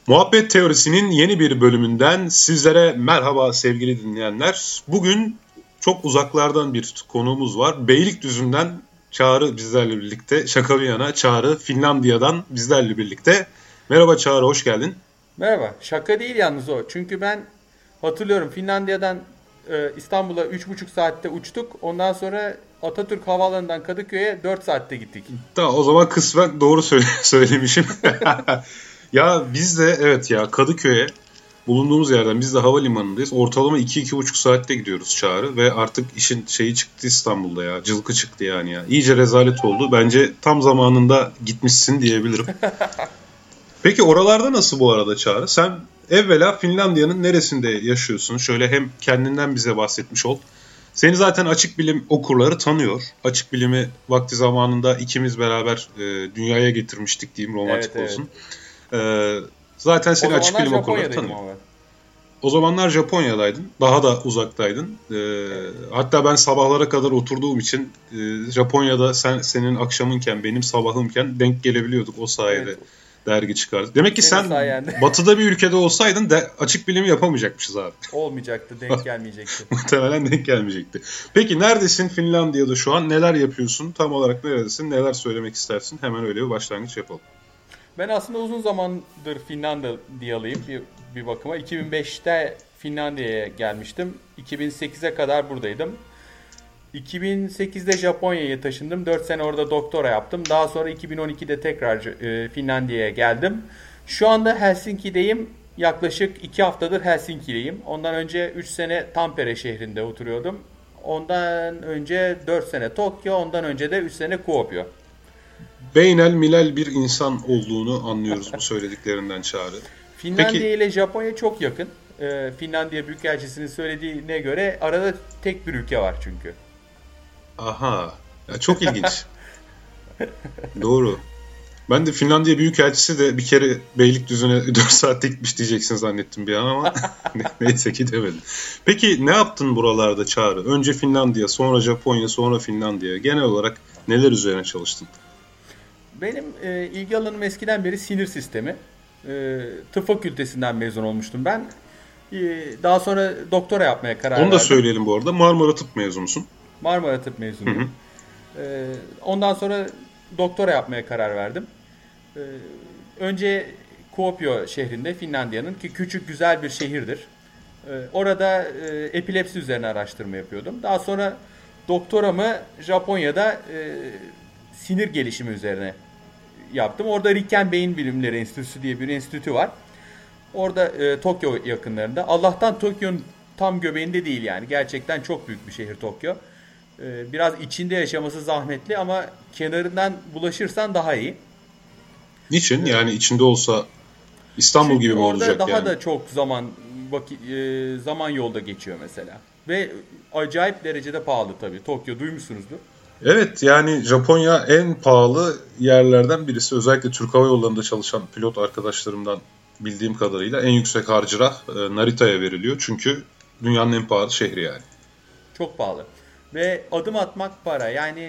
Muhabbet Teorisi'nin yeni bir bölümünden sizlere merhaba sevgili dinleyenler. Bugün çok uzaklardan bir konuğumuz var. Beylikdüzü'nden Çağrı bizlerle birlikte. Şaka bir yana Çağrı Finlandiya'dan bizlerle birlikte. Merhaba Çağrı, hoş geldin. Merhaba. Şaka değil yalnız o. Çünkü ben hatırlıyorum Finlandiya'dan İstanbul'a 3,5 saatte uçtuk. Ondan sonra Atatürk Havaalanı'ndan Kadıköy'e 4 saatte gittik. Tamam, o zaman kısmen doğru söylemişim. Ya biz de evet ya Kadıköy'e bulunduğumuz yerden biz de havalimanındayız. Ortalama 2-2,5 saatte gidiyoruz Çağrı ve artık işin şeyi çıktı İstanbul'da ya. Cılkı çıktı yani ya. İyice rezalet oldu. Bence tam zamanında gitmişsin diyebilirim. Peki oralarda nasıl bu arada Çağrı? Sen evvela Finlandiya'nın neresinde yaşıyorsun? Şöyle hem kendinden bize bahsetmiş ol. Seni zaten açık bilim okurları tanıyor. Açık bilimi vakti zamanında ikimiz beraber dünyaya getirmiştik diyeyim, Evet, romantik evet. olsun. Zaten O seni açık zamanlar bilim okurları Japonya'daydım tanıyor. ama ben. O zamanlar Japonya'daydın. Daha da uzaktaydın. Evet, Hatta ben sabahlara kadar oturduğum için Japonya'da senin akşamınken benim sabahımken denk gelebiliyorduk o evet. sayede dergi çıkardık. Demek ki Senin sen sayende batıda bir ülkede olsaydın da açık bilimi yapamayacakmışız abi. olmayacaktı, denk gelmeyecekti. Muhtemelen denk gelmeyecekti. Peki neredesin Finlandiya'da şu an? Neler yapıyorsun? Tam olarak neredesin? Neler söylemek istersin? Hemen öyle bir başlangıç yapalım. Ben aslında uzun zamandır Finlandiyalıyım bir bakıma. 2005'te Finlandiya'ya gelmiştim. 2008'e kadar buradaydım. 2008'de Japonya'ya taşındım. 4 sene orada doktora yaptım. Daha sonra 2012'de tekrar Finlandiya'ya geldim. Şu anda Helsinki'deyim. Yaklaşık 2 haftadır Helsinki'deyim. Ondan önce 3 sene Tampere şehrinde oturuyordum. Ondan önce 4 sene Tokyo, ondan önce de 3 sene Kuopio. Beynel milel bir insan olduğunu anlıyoruz bu söylediklerinden Çağrı. Peki, Finlandiya ile Japonya çok yakın. Finlandiya Büyükelçisi'nin söylediğine göre arada tek bir ülke var çünkü. aha, ya çok ilginç. Doğru. Ben de Finlandiya Büyükelçisi de bir kere Beylikdüzü'ne 4 saat gitmiş diyeceksin zannettim bir an ama neyse ki demedim. Peki ne yaptın buralarda Çağrı? Önce Finlandiya, sonra Japonya, sonra Finlandiya. Genel olarak neler üzerine çalıştın? Benim ilgi alanım eskiden beri sinir sistemi. Tıp fakültesinden mezun olmuştum ben. Daha sonra doktora yapmaya karar Onu da verdim. söyleyelim bu arada. Marmara Tıp mezunusun. Marmara Tıp Hı hı. mezunuyum. Ondan sonra doktora yapmaya karar verdim. Ee, Önce Kuopio şehrinde Finlandiya'nın ki küçük güzel bir şehirdir. Orada epilepsi üzerine araştırma yapıyordum. Daha sonra doktoramı Japonya'da sinir gelişimi üzerine yaptım. Orada Riken Beyin Bilimleri Enstitüsü diye bir enstitü var. Orada Tokyo yakınlarında. Allah'tan Tokyo'nun tam göbeğinde değil yani. Gerçekten çok büyük bir şehir Tokyo. Biraz içinde yaşaması zahmetli ama kenarından bulaşırsan daha iyi. Niçin? Yani içinde olsa İstanbul gibi Çünkü mi orada olacak daha yani? da çok zaman yolda geçiyor mesela. Ve acayip derecede pahalı tabii. Tokyo duymuşsunuzdur. Evet, yani Japonya en pahalı yerlerden birisi. Özellikle Türk Hava Yolları'nda çalışan pilot arkadaşlarımdan bildiğim kadarıyla en yüksek harcırah Narita'ya veriliyor. Çünkü dünyanın en pahalı şehri yani. Çok pahalı. Ve adım atmak para. Yani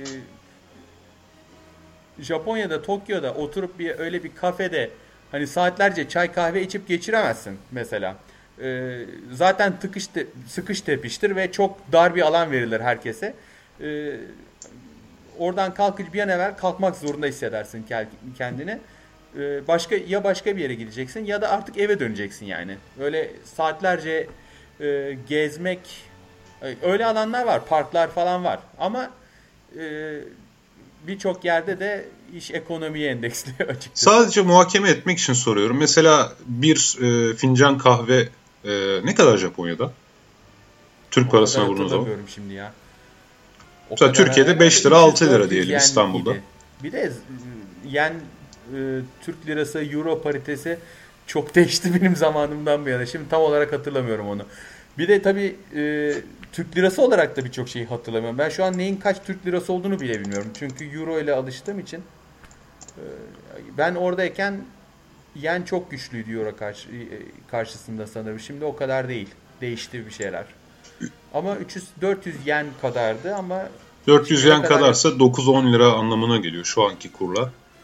Japonya'da, Tokyo'da oturup öyle bir kafede hani saatlerce çay kahve içip geçiremezsin mesela. Zaten sıkış tepiştir ve çok dar bir alan verilir herkese. Ee, Oradan kalkıp bir an evvel kalkmak zorunda hissedersin kendini. Başka bir yere gideceksin ya da artık eve döneceksin yani. Öyle saatlerce gezmek, öyle alanlar var, parklar falan var. Ama e, birçok yerde de iş ekonomiye endeksli açıkçası. Sadece muhakeme etmek için soruyorum. Mesela bir fincan kahve ne kadar Japonya'da? Türk O kadar parasına vurduğunuz zaman. hatırlamıyorum şimdi ya. O Mesela kadar Türkiye'de herhalde 5 lira 6 lira 300-400 diyelim yen İstanbul'da. idi. Bir de yen, Türk lirası, euro paritesi çok değişti benim zamanımdan bu yana. Şimdi tam olarak hatırlamıyorum onu. Bir de tabii Türk lirası olarak da birçok şeyi hatırlamıyorum. Ben şu an neyin kaç Türk lirası olduğunu bile bilmiyorum. Çünkü euro ile alıştığım için e, ben oradayken yen çok güçlüydü euro karşısında sanırım. Şimdi o kadar değil. Değişti bir şeyler. Ama 300-400 yen kadardı ama 400 şimdiye yen kadar kadarsa 9-10 lira anlamına geliyor şu anki kurla.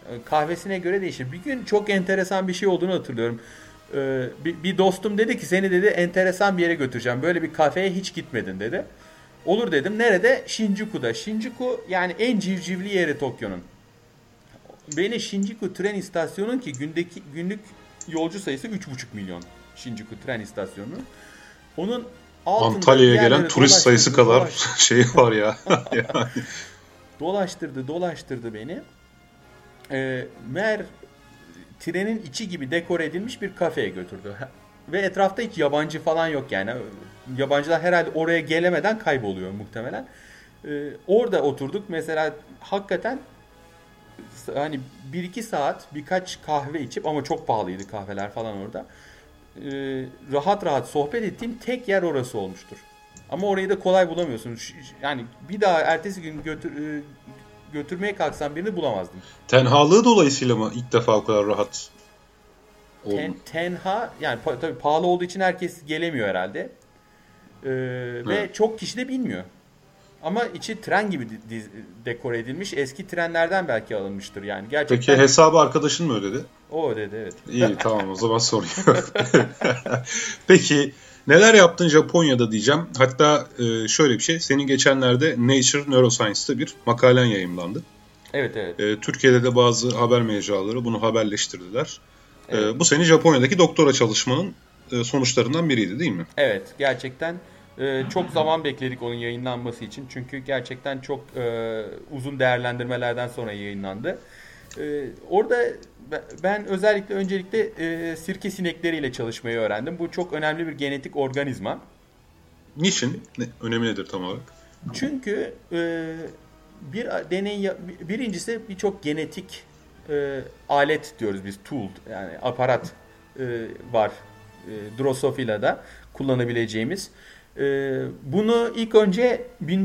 Kahvesine göre değişir. Bir gün çok enteresan bir şey olduğunu hatırlıyorum. Bir dostum dedi ki seni dedi enteresan bir yere götüreceğim. Böyle bir kafeye hiç gitmedin dedi. Olur dedim. Nerede? Shinjuku'da. Shinjuku yani en civcivli yeri Tokyo'nun. Beni Shinjuku tren istasyonun ki günlük yolcu sayısı 3,5 milyon. Shinjuku tren istasyonu. Onun altında Antalya'ya gelen turist sayısı kadar şey var ya. Yani. Dolaştırdı beni. Meğer trenin içi gibi dekore edilmiş bir kafeye götürdü. Ve etrafta hiç yabancı falan yok yani. Yabancılar herhalde oraya gelemeden kayboluyor muhtemelen. Orada oturduk. Mesela hakikaten hani 1-2 saat birkaç kahve içip ama çok pahalıydı kahveler falan orada. Rahat rahat sohbet ettiğim tek yer orası olmuştur. Ama orayı da kolay bulamıyorsun. Yani bir daha ertesi gün götürmeye kalksam birini bulamazdım. Tenhalığı dolayısıyla mı ilk defa o kadar rahat oldun? Tenha yani tabii pahalı olduğu için herkes gelemiyor herhalde. Ve çok kişi de bilmiyor. Ama içi tren gibi dekore edilmiş. Eski trenlerden belki alınmıştır yani. Gerçekten. Peki hesabı arkadaşın mı ödedi? O ödedi, evet. İyi, tamam, o zaman sorun yok. Peki neler yaptın Japonya'da diyeceğim. Hatta şöyle bir şey. Senin geçenlerde Nature Neuroscience'da bir makalen yayımlandı. Evet. Türkiye'de de bazı haber mecraları bunu haberleştirdiler. Evet. Bu senin Japonya'daki doktora çalışmanın sonuçlarından biriydi değil mi? Evet, gerçekten çok zaman bekledik onun yayınlanması için. Çünkü gerçekten çok uzun değerlendirmelerden sonra yayınlandı. Orada ben öncelikle sirke sinekleriyle çalışmayı öğrendim. Bu çok önemli bir genetik organizma. Niçin? Önemi nedir tam olarak? Çünkü birincisi birçok genetik alet diyoruz biz, tool yani aparat var Drosophila'da kullanabileceğimiz. Bunu ilk önce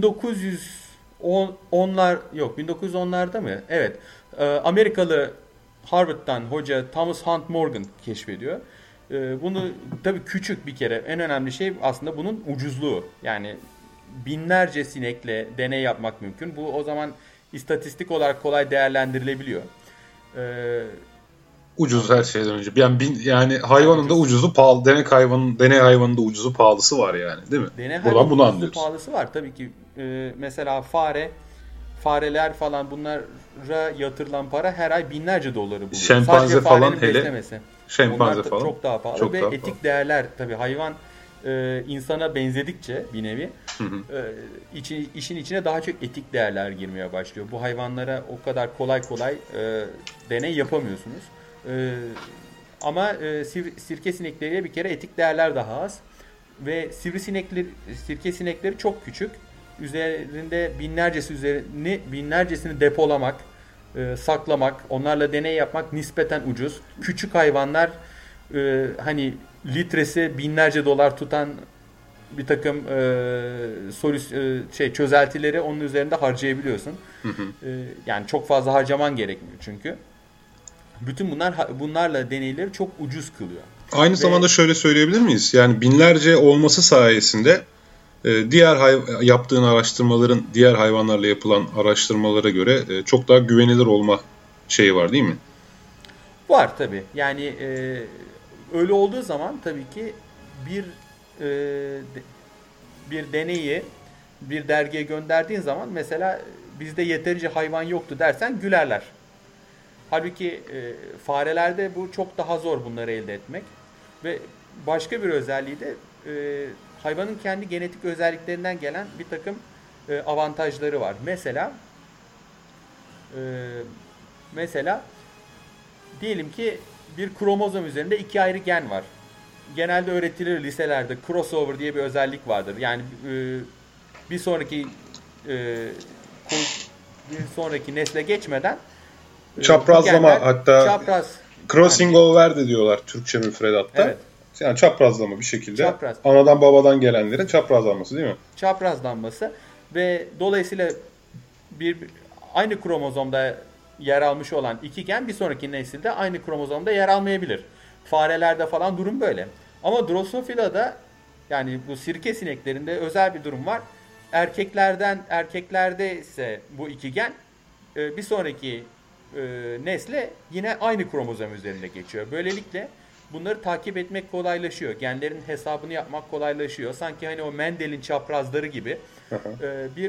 1910'larda mı? Evet. Amerikalı Harvard'dan hoca Thomas Hunt Morgan keşfediyor. Bunu tabii küçük bir kere en önemli şey aslında bunun ucuzluğu. Yani binlerce sinekle deney yapmak mümkün. Bu o zaman istatistik olarak kolay değerlendirilebiliyor. Ucuz her şeyden önce. Yani hayvanın da ucuzu pahalı. Deney hayvanın da ucuzu pahalısı var yani, değil mi? Buradan bunu anlıyoruz. Pahalısı var tabii ki. Mesela fareler falan bunlara yatırılan para her ay binlerce doları buluyor. Şempanze falan hele. Beslemesi. Şempanze falan. Çok daha pahalı ve etik değerler tabii hayvan insana benzedikçe bir nevi işin içine daha çok etik değerler girmeye başlıyor. Bu hayvanlara o kadar kolay deney yapamıyorsunuz. Ama sirke sinekleriyle bir kere etik değerler daha az ve sirke sinekleri çok küçük. Üzerinde binlercesini depolamak, saklamak, onlarla deney yapmak nispeten ucuz. Küçük hayvanlar hani litresi binlerce dolar tutan bir takım çözeltileri onun üzerinde harcayabiliyorsun. Yani çok fazla harcaman gerekmiyor çünkü. Bütün bunlarla deneyleri çok ucuz kılıyor. Aynı zamanda şöyle söyleyebilir miyiz? Yani binlerce olması sayesinde yaptığın araştırmaların diğer hayvanlarla yapılan araştırmalara göre çok daha güvenilir olma şeyi var değil mi? Var tabii. Yani öyle olduğu zaman tabii ki bir deneyi bir dergiye gönderdiğin zaman mesela bizde yeterince hayvan yoktu dersen gülerler. Halbuki farelerde bu çok daha zor bunları elde etmek. Ve başka bir özelliği de hayvanın kendi genetik özelliklerinden gelen bir takım avantajları var. Mesela diyelim ki bir kromozom üzerinde 2 ayrı gen var. Genelde öğretilir liselerde crossover diye bir özellik vardır. Yani bir sonraki nesle geçmeden çaprazlama hatta crossing yani, over de diyorlar Türkçe müfredatta. Evet. Yani çaprazlama bir şekilde. Anadan babadan gelenlerin çaprazlanması değil mi? Çaprazlanması ve dolayısıyla aynı kromozomda yer almış olan 2 gen bir sonraki nesilde aynı kromozomda yer almayabilir. Farelerde falan durum böyle. Ama Drosophila'da yani bu sirke sineklerinde özel bir durum var. Erkeklerde ise bu 2 gen bir sonraki nesle yine aynı kromozom üzerinde geçiyor. Böylelikle bunları takip etmek kolaylaşıyor. Genlerin hesabını yapmak kolaylaşıyor. Sanki hani o Mendel'in çaprazları gibi bir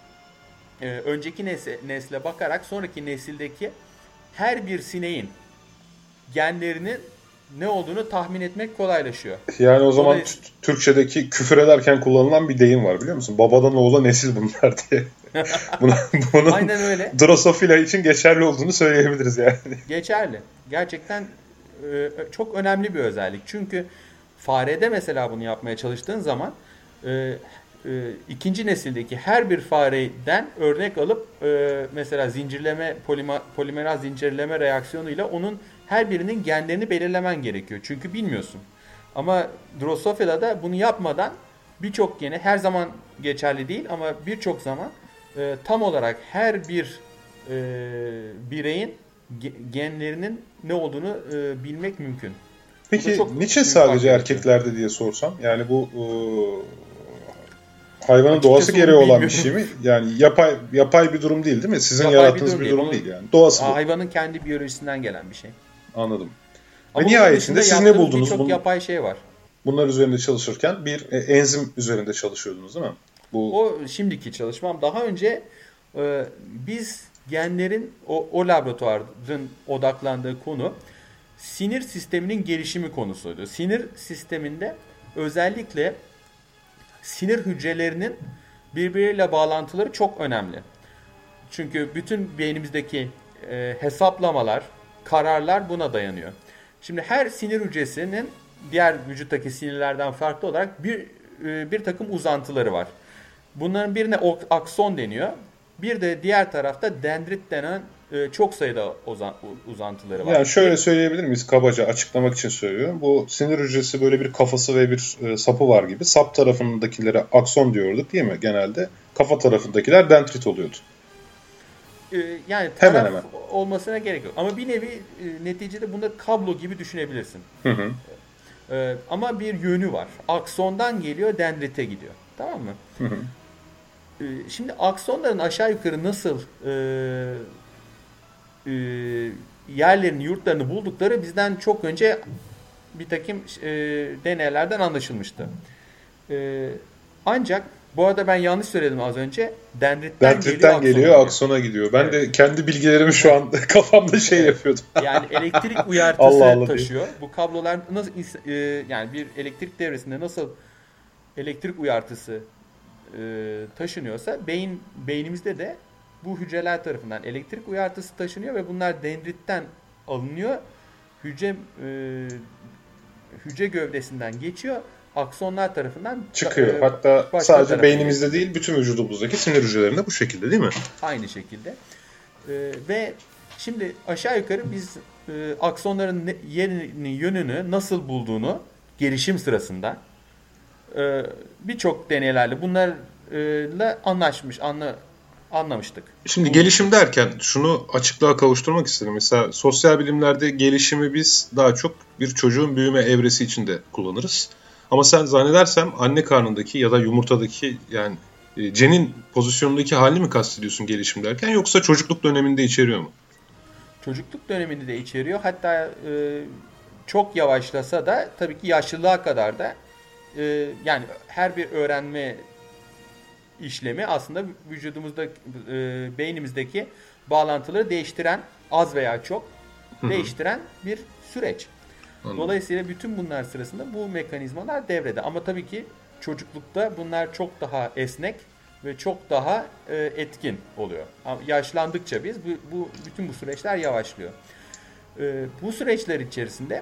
önceki nesle bakarak sonraki nesildeki her bir sineğin genlerinin ne olduğunu tahmin etmek kolaylaşıyor. Yani o zaman Türkçedeki küfür ederken kullanılan bir deyim var biliyor musun? Babadan oğula nesil bunlar diye. Bunun aynen öyle. Drosophila için geçerli olduğunu söyleyebiliriz yani. Geçerli. Gerçekten çok önemli bir özellik. Çünkü farede mesela bunu yapmaya çalıştığın zaman ikinci nesildeki her bir fareden örnek alıp mesela polimeraz zincirleme reaksiyonuyla onun her birinin genlerini belirlemen gerekiyor. Çünkü bilmiyorsun. Ama Drosophila'da bunu yapmadan birçok gene her zaman geçerli değil ama birçok zaman tam olarak her bir bireyin genlerinin ne olduğunu bilmek mümkün. Peki niçin sadece erkeklerde diye sorsam? Yani bu hayvanın açıkçası doğası gereği olan bir şey mi? Yani yapay bir durum değil mi? Sizin yapay yarattığınız bir durum değil yani. Doğası bu. Hayvanın kendi biyolojisinden gelen bir şey. Anladım. Ve nihayetinde siz ne buldunuz? Birçok yapay şey var. Bunlar üzerinde çalışırken bir enzim üzerinde çalışıyordunuz değil mi? O şimdiki çalışmam. Daha önce biz genlerin o laboratuvarın odaklandığı konu sinir sisteminin gelişimi konusuydu. Sinir sisteminde özellikle sinir hücrelerinin birbiriyle bağlantıları çok önemli. Çünkü bütün beynimizdeki hesaplamalar, kararlar buna dayanıyor. Şimdi her sinir hücresinin diğer vücuttaki sinirlerden farklı olarak bir takım uzantıları var. Bunların birine akson deniyor. Bir de diğer tarafta dendrit denen çok sayıda uzantıları var. Yani şöyle söyleyebilir miyiz kabaca açıklamak için söylüyorum. Bu sinir hücresi böyle bir kafası ve bir sapı var gibi. Sap tarafındakilere akson diyorduk değil mi genelde? Kafa tarafındakiler dendrit oluyordu. Yani taraf hemen olmasına gerek yok. Ama bir nevi neticede bunları kablo gibi düşünebilirsin. Ama bir yönü var. Aksondan geliyor, dendrite gidiyor. Tamam mı? Şimdi aksonların aşağı yukarı nasıl yerlerini, yurtlarını buldukları bizden çok önce bir takım deneylerden anlaşılmıştı. Ancak bu arada ben yanlış söyledim az önce. Dendritten geliyor, aksona gidiyor. Ben de kendi bilgilerimi şu an kafamda yapıyordum. Yani elektrik uyartısı taşıyor. Diye. Bu kablolar nasıl yani bir elektrik devresinde nasıl elektrik uyartısı taşınıyorsa beynimizde de bu hücreler tarafından elektrik uyartısı taşınıyor ve bunlar dendritten alınıyor. Hücre gövdesinden geçiyor. Aksonlar tarafından çıkıyor. Hatta sadece beynimizde değil bütün vücudumuzdaki sinir hücrelerinde bu şekilde değil mi? Aynı şekilde. Ve şimdi aşağı yukarı biz aksonların yerini, yönünü nasıl bulduğunu gelişim sırasında birçok deneylerle bunlarla anlamıştık. Şimdi gelişim derken şunu açıklığa kavuşturmak istedim. Mesela sosyal bilimlerde gelişimi biz daha çok bir çocuğun büyüme evresi içinde kullanırız. Ama sen zannedersem anne karnındaki ya da yumurtadaki yani cenin pozisyonundaki halini mi kastediyorsun gelişim derken yoksa çocukluk döneminde içeriyor mu? Çocukluk döneminde de içeriyor. Hatta çok yavaşlasa da tabii ki yaşlılığa kadar da yani her bir öğrenme işlemi aslında vücudumuzda beynimizdeki bağlantıları değiştiren az veya çok değiştiren bir süreç. Anladım. Dolayısıyla bütün bunlar sırasında bu mekanizmalar devrede. Ama tabii ki çocuklukta bunlar çok daha esnek ve çok daha etkin oluyor. Ama yaşlandıkça biz bütün bu süreçler yavaşlıyor. Bu süreçler içerisinde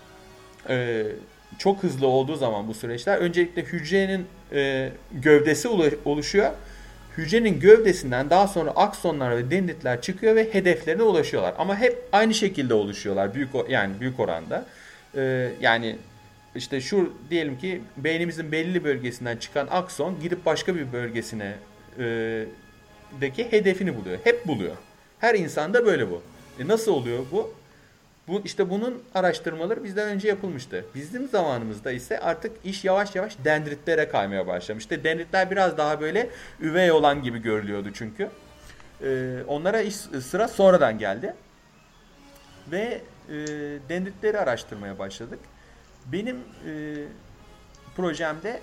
çok hızlı olduğu zaman bu süreçler öncelikle hücrenin gövdesi oluşuyor. Hücrenin gövdesinden daha sonra aksonlar ve dendritler çıkıyor ve hedeflerine ulaşıyorlar. Ama hep aynı şekilde oluşuyorlar büyük oranda. Yani işte şu diyelim ki beynimizin belli bölgesinden çıkan akson gidip başka bir bölgesine deki hedefini buluyor. Hep buluyor. Her insanda böyle bu. Nasıl oluyor bu? İşte bunun araştırmaları bizden önce yapılmıştı. Bizim zamanımızda ise artık iş yavaş yavaş dendritlere kaymaya başlamıştı. Dendritler biraz daha böyle üvey olan gibi görülüyordu çünkü. Onlara sıra sonradan geldi. Ve dendritleri araştırmaya başladık. Benim projemde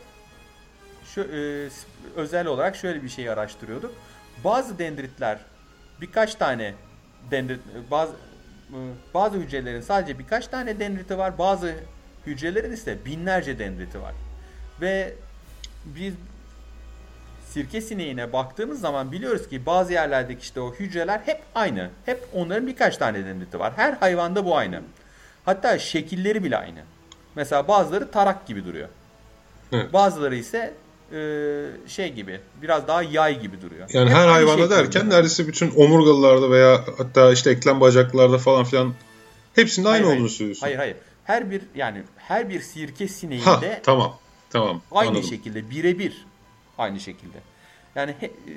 özel olarak şöyle bir şeyi araştırıyorduk. Bazı dendritler birkaç tane dendrit, bazı hücrelerin sadece birkaç tane dendriti var. Bazı hücrelerin ise binlerce dendriti var. Ve biz sirke sineğine baktığımız zaman biliyoruz ki bazı yerlerdeki işte o hücreler hep aynı. Hep onların birkaç tane dendriti var. Her hayvanda bu aynı. Hatta şekilleri bile aynı. Mesela bazıları tarak gibi duruyor. Evet. Bazıları ise şey gibi, biraz daha yay gibi duruyor. Yani hep her hayvanda derken neredeyse bütün omurgalılarda veya hatta işte eklem bacaklarda falan filan hepsinde aynı olduğunu söylüyorsun. Hayır. Her bir sirke sineğinde tamam. Aynı Anladım. şekilde, birebir aynı şekilde. Yani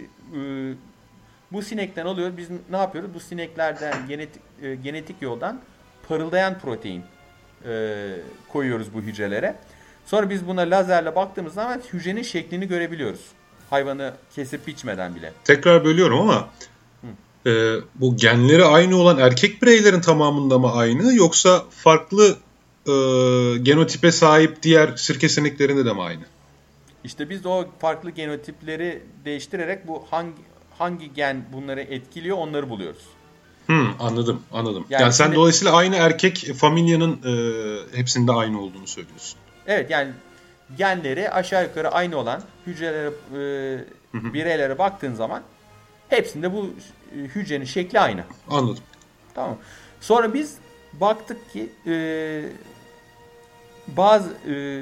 bu sinekten oluyor. Biz ne yapıyoruz? Bu sineklerden genetik yoldan parıldayan protein koyuyoruz bu hücrelere. Sonra biz buna lazerle baktığımız zaman hücrenin şeklini görebiliyoruz. Hayvanı kesip biçmeden bile. Tekrar bölüyorum ama bu genleri aynı olan erkek bireylerin tamamında mı aynı yoksa farklı genotipe sahip diğer sirke sineklerinde de mi aynı? İşte biz o farklı genotipleri değiştirerek bu hangi gen bunları etkiliyor onları buluyoruz. Anladım. Yani sen dolayısıyla aynı erkek familyanın hepsinde aynı olduğunu söylüyorsun. Evet, yani genleri aşağı yukarı aynı olan hücrelere, bireylere baktığın zaman hepsinde bu hücrenin şekli aynı. Anladım. Tamam. Sonra biz baktık ki bazı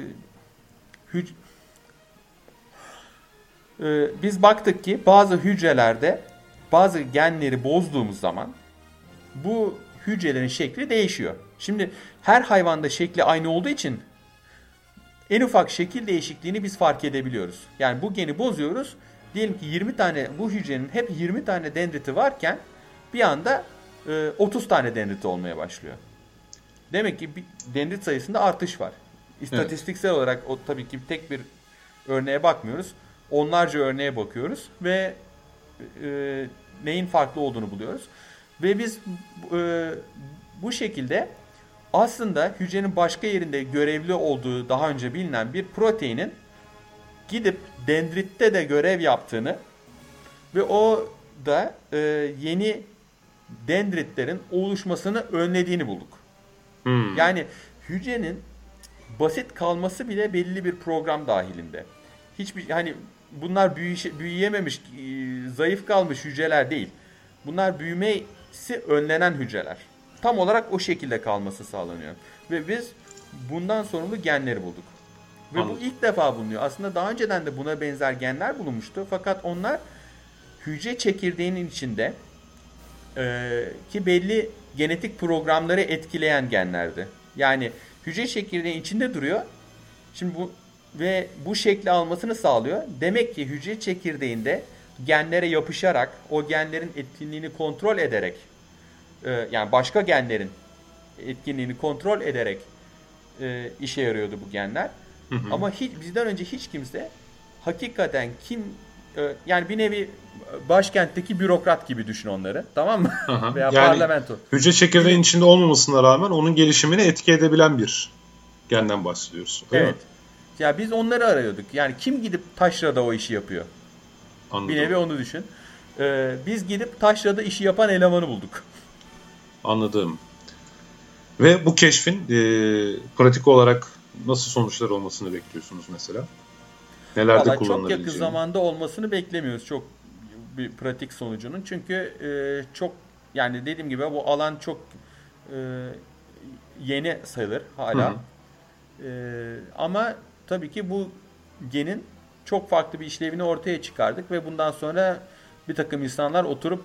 bazı hücrelerde bazı genleri bozduğumuz zaman bu hücrelerin şekli değişiyor. Şimdi her hayvanda şekli aynı olduğu için en ufak şekil değişikliğini biz fark edebiliyoruz. Yani bu geni bozuyoruz. Diyelim ki 20 tane bu hücrenin hep 20 tane dendriti varken bir anda 30 tane dendriti olmaya başlıyor. Demek ki dendrit sayısında artış var. İstatistiksel olarak o tabii ki tek bir örneğe bakmıyoruz. Onlarca örneğe bakıyoruz ve neyin farklı olduğunu buluyoruz. Ve biz bu şekilde aslında hücrenin başka yerinde görevli olduğu daha önce bilinen bir proteinin gidip dendritte de görev yaptığını ve o da yeni dendritlerin oluşmasını önlediğini bulduk. Yani hücrenin basit kalması bile belli bir program dahilinde. Hiçbir bunlar büyüyememiş, zayıf kalmış hücreler değil. Bunlar büyümesi önlenen hücreler. Tam olarak o şekilde kalması sağlanıyor. Ve biz bundan sorumlu genleri bulduk. Ve bu ilk defa bulunuyor. Aslında daha önceden de buna benzer genler bulunmuştu. Fakat onlar hücre çekirdeğinin içinde ki belli genetik programları etkileyen genlerdi. Yani hücre çekirdeğinin içinde duruyor. Şimdi bu şekli almasını sağlıyor. Demek ki hücre çekirdeğinde genlere yapışarak, o genlerin etkinliğini kontrol ederek, yani başka genlerin etkinliğini kontrol ederek işe yarıyordu bu genler. Ama bizden önce hiç kimse hakikaten yani bir nevi başkentteki bürokrat gibi düşün onları, tamam mı? Veya yani parlamento. Hücre çekirdeğinin içinde olmamasına rağmen onun gelişimini etki edebilen bir genden bahsediyoruz. Evet. Ya biz onları arıyorduk. Yani kim gidip taşrada o işi yapıyor? Anladım. Bir nevi onu düşün. Biz gidip taşrada işi yapan elemanı bulduk. Anladım. Ve bu keşfin pratik olarak nasıl sonuçlar olmasını bekliyorsunuz mesela? Nelerde kullanabileceğini? Çok yakın zamanda olmasını beklemiyoruz. Çok bir pratik sonucunun. Çünkü çok, yani dediğim gibi bu alan çok yeni sayılır hala. Ama tabii ki bu genin çok farklı bir işlevini ortaya çıkardık ve bundan sonra bir takım insanlar oturup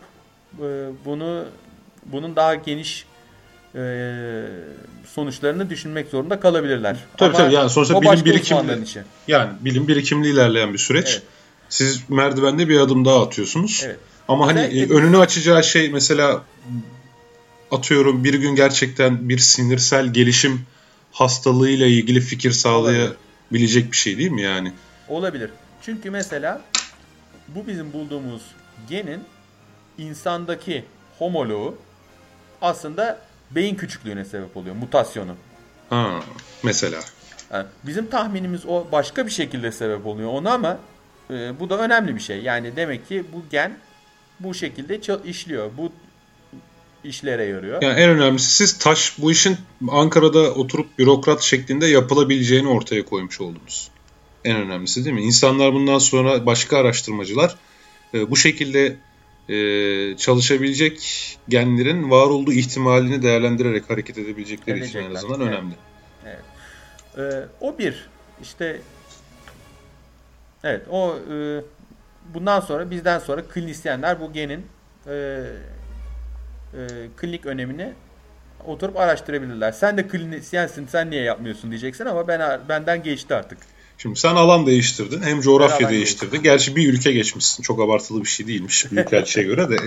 bunun daha geniş sonuçlarını düşünmek zorunda kalabilirler. Tabii yani sonuçta bilim birikimli ilerleyen bir süreç. Evet. Siz merdivende bir adım daha atıyorsunuz. Evet. Ama önünü açacağı şey mesela atıyorum bir gün gerçekten bir sinirsel gelişim hastalığıyla ilgili fikir sağlayabilecek bir şey değil mi yani? Olabilir. Çünkü mesela bu bizim bulduğumuz genin insandaki homoloğu aslında beyin küçüklüğüne sebep oluyor, mutasyonu. Ha, mesela. Yani bizim tahminimiz o başka bir şekilde sebep oluyor ona ama bu da önemli bir şey. Yani demek ki bu gen bu şekilde işliyor. Bu işlere yarıyor. Yani en önemlisi siz bu işin Ankara'da oturup bürokrat şeklinde yapılabileceğini ortaya koymuş oldunuz. En önemlisi değil mi? İnsanlar bundan sonra başka araştırmacılar bu şekilde çalışabilecek genlerin var olduğu ihtimalini değerlendirerek hareket edebilecekleri için en azından önemli. Evet. O bir işte evet o bundan sonra bizden sonra klinisyenler bu genin klinik önemini oturup araştırabilirler. Sen de klinisyensin, sen niye yapmıyorsun diyeceksin ama benden geçti artık. Şimdi sen alan değiştirdin. Hem coğrafya değiştirdin. Gerçi bir ülke geçmişsin. Çok abartılı bir şey değilmiş. Büyükelçiye göre de.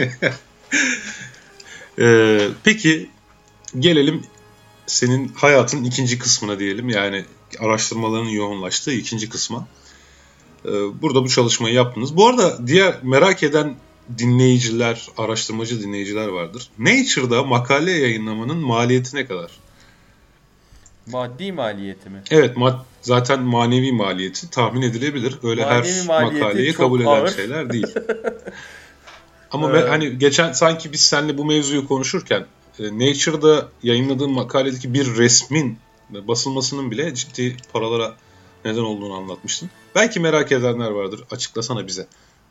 Peki gelelim senin hayatın ikinci kısmına diyelim. Yani araştırmaların yoğunlaştığı ikinci kısma. Burada bu çalışmayı yaptınız. Bu arada diğer merak eden dinleyiciler, araştırmacı dinleyiciler vardır. Nature'da makale yayınlamanın maliyeti ne kadar? Maddi maliyeti mi? Evet, zaten manevi maliyeti tahmin edilebilir. Öyle manevi her makaleyi kabul eden şeyler değil. Ama hani geçen sanki biz seninle bu mevzuyu konuşurken Nature'da yayınladığın makaledeki bir resmin basılmasının bile ciddi paralara neden olduğunu anlatmıştın. Belki merak edenler vardır. Açıklasana bize.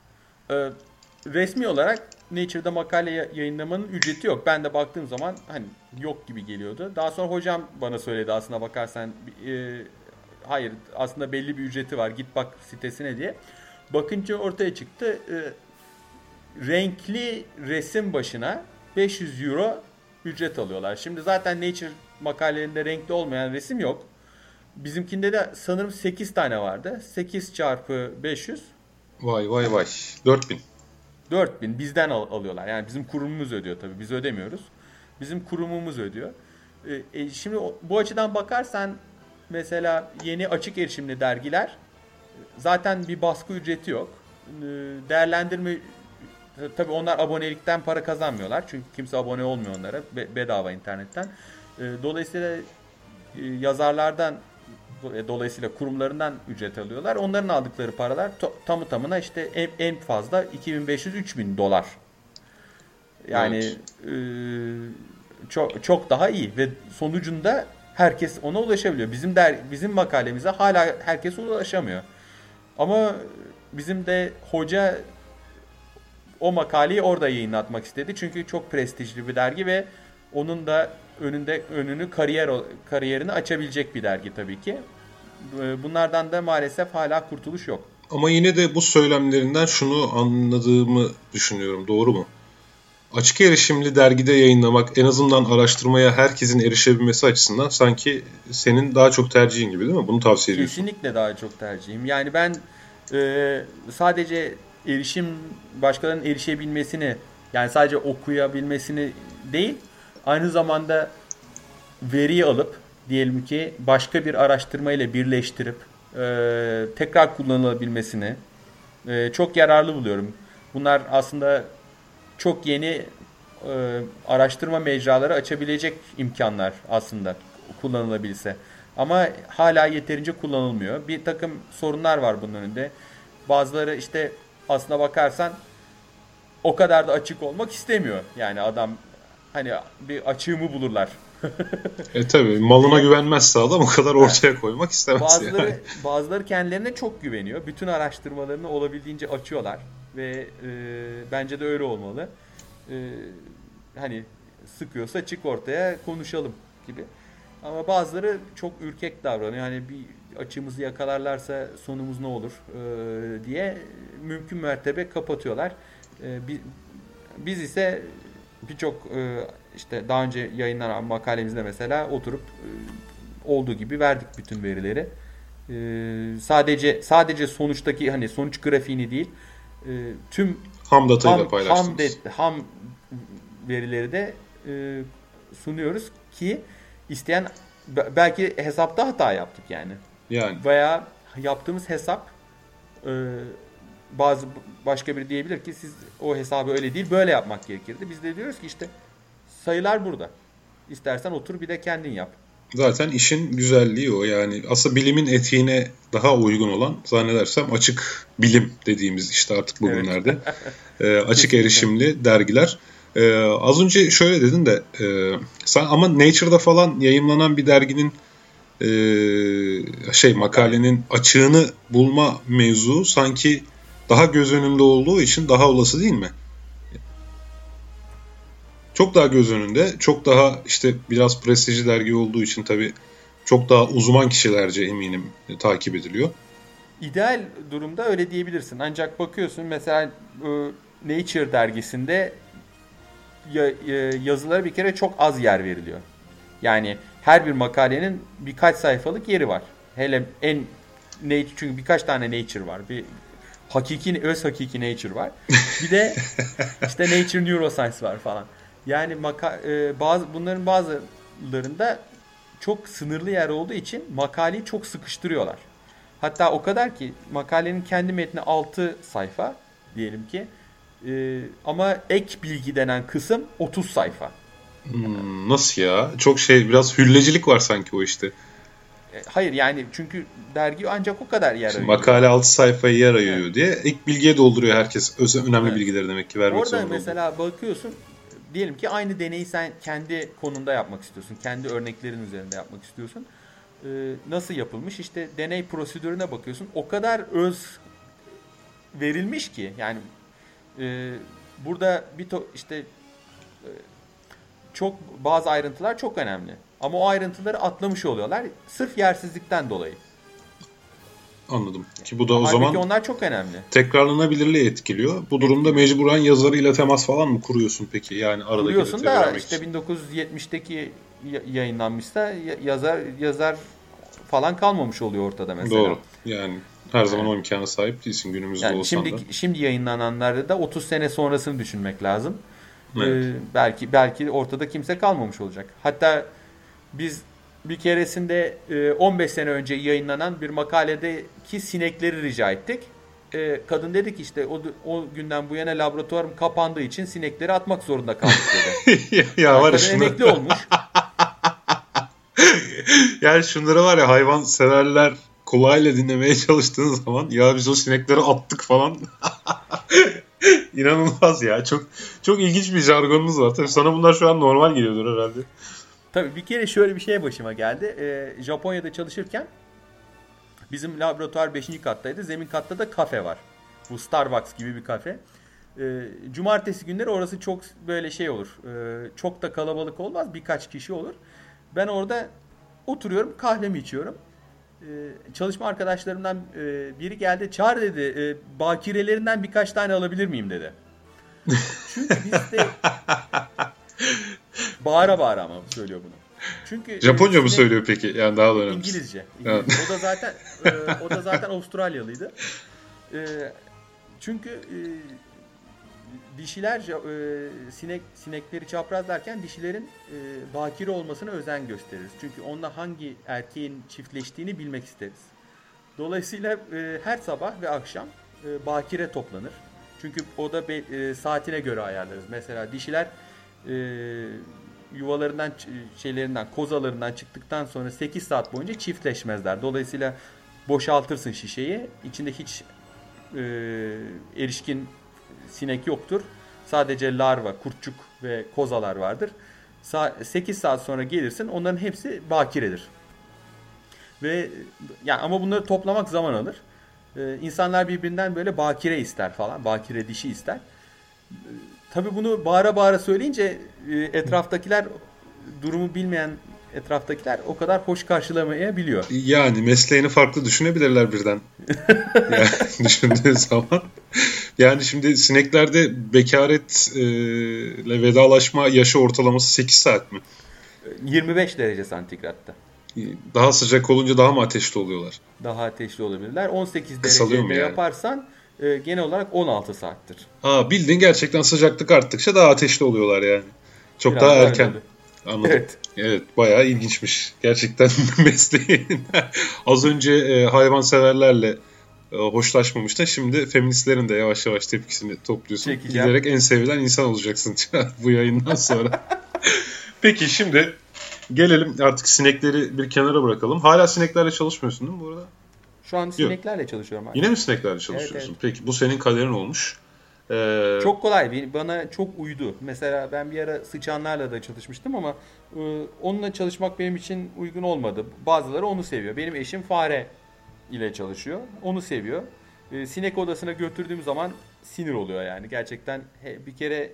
Resmi olarak Nature'da makale yayınlamanın ücreti yok. Ben de baktığım zaman hani yok gibi geliyordu. Daha sonra hocam bana söyledi aslına bakarsan hayır aslında belli bir ücreti var. Git bak sitesine diye. Bakınca ortaya çıktı. Renkli resim başına 500 euro ücret alıyorlar. Şimdi zaten Nature makalelerinde renkli olmayan resim yok. Bizimkinde de sanırım 8 tane vardı. 8 çarpı 500. Vay 4000. 4000 bizden alıyorlar. Yani bizim kurumumuz ödüyor tabii. Biz ödemiyoruz. Bizim kurumumuz ödüyor. Şimdi bu açıdan bakarsan mesela yeni açık erişimli dergiler zaten bir baskı ücreti yok. Değerlendirme tabii onlar abonelikten para kazanmıyorlar. Çünkü kimse abone olmuyor onlara. Bedava internetten. Dolayısıyla yazarlardan dolayısıyla kurumlarından ücret alıyorlar. Onların aldıkları paralar tamı tamına işte en fazla 2500-3000 dolar. Yani çok daha iyi ve sonucunda herkes ona ulaşabiliyor. Bizim makalemize hala herkes ulaşamıyor. Ama bizim de hoca o makaleyi orada yayınlatmak istedi. Çünkü çok prestijli bir dergi ve onun da önünü kariyerini açabilecek bir dergi tabii ki. Bunlardan da maalesef hala kurtuluş yok. Ama yine de bu söylemlerinden şunu anladığımı düşünüyorum. Doğru mu? Açık erişimli dergide yayınlamak en azından araştırmaya herkesin erişebilmesi açısından sanki senin daha çok tercihin gibi değil mi? Bunu tavsiye ediyorsun. Kesinlikle daha çok tercihim. Yani ben sadece başkalarının erişebilmesini yani sadece okuyabilmesini değil aynı zamanda veriyi alıp diyelim ki başka bir araştırma ile birleştirip tekrar kullanılabilmesini çok yararlı buluyorum. Bunlar aslında çok yeni araştırma mecraları açabilecek imkanlar aslında kullanılabilse. Ama hala yeterince kullanılmıyor. Bir takım sorunlar var bunun önünde. Bazıları işte aslına bakarsan o kadar da açık olmak istemiyor. Yani adam hani bir açığımı bulurlar. Tabii malına güvenmezse adam o kadar ortaya koymak istemez. Bazıları kendilerine çok güveniyor. Bütün araştırmalarını olabildiğince açıyorlar ve bence de öyle olmalı. Hani sıkıyorsa çık ortaya konuşalım gibi. Ama bazıları çok ürkek davranıyor. Hani bir açığımızı yakalarlarsa sonumuz ne olur diye mümkün mertebe kapatıyorlar. Biz ise birçok işte daha önce yayınlanan makalemizde mesela oturup olduğu gibi verdik bütün verileri. Sadece sonuçtaki hani sonuç grafiğini değil tüm ham datayı paylaştınız. Ham verileri de sunuyoruz ki isteyen belki hesapta hata yaptık yani. Veya yaptığımız hesap başka biri diyebilir ki siz o hesabı öyle değil böyle yapmak gerekirdi. Biz de diyoruz ki işte sayılar burada. İstersen otur bir de kendin yap. Zaten işin güzelliği o yani. Aslında bilimin etiğine daha uygun olan zannedersem açık bilim dediğimiz işte artık bugünlerde. Açık erişimli dergiler. Az önce şöyle dedin de sen ama Nature'da falan yayımlanan bir derginin makalenin açığını bulma mevzu sanki daha göz önünde olduğu için daha olası değil mi? Çok daha göz önünde, çok daha işte biraz prestijli dergi olduğu için tabii çok daha uzman kişilerce eminim takip ediliyor. İdeal durumda öyle diyebilirsin. Ancak bakıyorsun mesela Nature dergisinde yazılara bir kere çok az yer veriliyor. Yani her bir makalenin birkaç sayfalık yeri var. Hele çünkü birkaç tane Nature var. Bir hakiki Nature var. Bir de işte Nature Neuroscience var falan. Yani bunların bazılarında çok sınırlı yer olduğu için makaleyi çok sıkıştırıyorlar. Hatta o kadar ki makalenin kendi metni 6 sayfa diyelim ki ama ek bilgi denen kısım 30 sayfa. Nasıl ya? Çok biraz hüllecilik var sanki o işte. Hayır yani çünkü dergi ancak o kadar yer ayırıyor. Makale 6 sayfayı yer ayırıyor diye ek bilgiye dolduruyor herkes. Önemli bilgileri demek ki vermek zorunda. Orada mesela bakıyorsun diyelim ki aynı deneyi sen kendi konunda yapmak istiyorsun. Kendi örneklerin üzerinde yapmak istiyorsun. Nasıl yapılmış? İşte deney prosedürüne bakıyorsun. O kadar öz verilmiş ki yani burada çok bazı ayrıntılar çok önemli. Ama o ayrıntıları atlamış oluyorlar. Sırf yersizlikten dolayı. Anladım. Ki bu da o zaman onlar çok önemli. Tekrarlanabilirliği etkiliyor. Bu durumda mecburen yazarıyla temas falan mı kuruyorsun peki? Yani aradaki kuruyorsun da işte 1970'teki yayınlanmışsa yazar falan kalmamış oluyor ortada mesela. Doğru. Yani her zaman o imkana sahip değilsin günümüzde yani olsan da. Şimdi yayınlananlarda da 30 sene sonrasını düşünmek lazım. Evet. Belki ortada kimse kalmamış olacak. Hatta biz bir keresinde 15 sene önce yayınlanan bir makaledeki sinekleri rica ettik. Kadın dedi ki işte o günden bu yana laboratuvarım kapandığı için sinekleri atmak zorunda kaldık dedi. ya var kadın emekli olmuş. Yani şunları var ya hayvan severler kulağıyla dinlemeye çalıştığın zaman ya biz o sinekleri attık falan. İnanılmaz ya. Çok ilginç bir jargonunuz var. Tabii sana bunlar şu an normal geliyordur herhalde. Tabii bir kere şöyle bir şey başıma geldi. Japonya'da çalışırken bizim laboratuvar 5. kattaydı. Zemin katta da kafe var. Bu Starbucks gibi bir kafe. Cumartesi günleri orası çok böyle şey olur. Çok da kalabalık olmaz. Birkaç kişi olur. Ben orada oturuyorum, kahvemi içiyorum. Çalışma arkadaşlarımdan biri geldi. Çağır dedi. Bakirelerinden birkaç tane alabilir miyim dedi. Çünkü bizde bağıra bağıra ama söylüyor bunu. Çünkü Japonca mı söylüyor peki? Yani daha da önemli. İngilizce. O da zaten Avustralyalıydı. Çünkü dişiler sinekleri çaprazlarken dişilerin bakire olmasına özen gösteririz. Çünkü onunla hangi erkeğin çiftleştiğini bilmek isteriz. Dolayısıyla her sabah ve akşam bakire toplanır. Çünkü o da saatine göre ayarlarız. Mesela dişiler yuvalarından kozalarından çıktıktan sonra 8 saat boyunca çiftleşmezler. Dolayısıyla boşaltırsın şişeyi. İçinde hiç erişkin sinek yoktur. Sadece larva, kurtçuk ve kozalar vardır. 8 saat sonra gelirsin. Onların hepsi bakiredir. Ve yani ama bunları toplamak zaman alır. İnsanlar birbirinden böyle bakire ister falan. Bakire dişi ister. Tabii bunu bağıra bağıra söyleyince etraftakiler, durumu bilmeyen etraftakiler o kadar hoş karşılamayabiliyor. Yani mesleğini farklı düşünebilirler birden. Yani düşündüğün zaman. Yani şimdi sineklerde bekaretle vedalaşma yaşı ortalaması 8 saat mi? 25 derece santigratta. Daha sıcak olunca daha mı ateşli oluyorlar? Daha ateşli olabilirler. 18 derecede yaparsan genel olarak 16 saattir. Bildiğin gerçekten sıcaklık arttıkça daha ateşli oluyorlar yani. Çok biraz daha erken. Anladım. Evet, bayağı ilginçmiş. Gerçekten mesleğin. Az önce hayvanseverlerle hoşlaşmamış da şimdi feministlerin de yavaş yavaş tepkisini topluyorsun. Çekeceğim. Giderek en sevilen insan olacaksın bu yayından sonra. Peki şimdi gelelim artık sinekleri bir kenara bırakalım. Hala sineklerle çalışmıyorsun değil mi bu arada? Şu an sineklerle çalışıyorum. Yine mi sineklerle çalışıyorsun? Evet. Peki bu senin kaderin olmuş. Çok kolay. Bana çok uydu. Mesela ben bir ara sıçanlarla da çalışmıştım ama onunla çalışmak benim için uygun olmadı. Bazıları onu seviyor. Benim eşim fare ile çalışıyor. Onu seviyor. Sinek odasına götürdüğüm zaman sinir oluyor yani. Gerçekten bir kere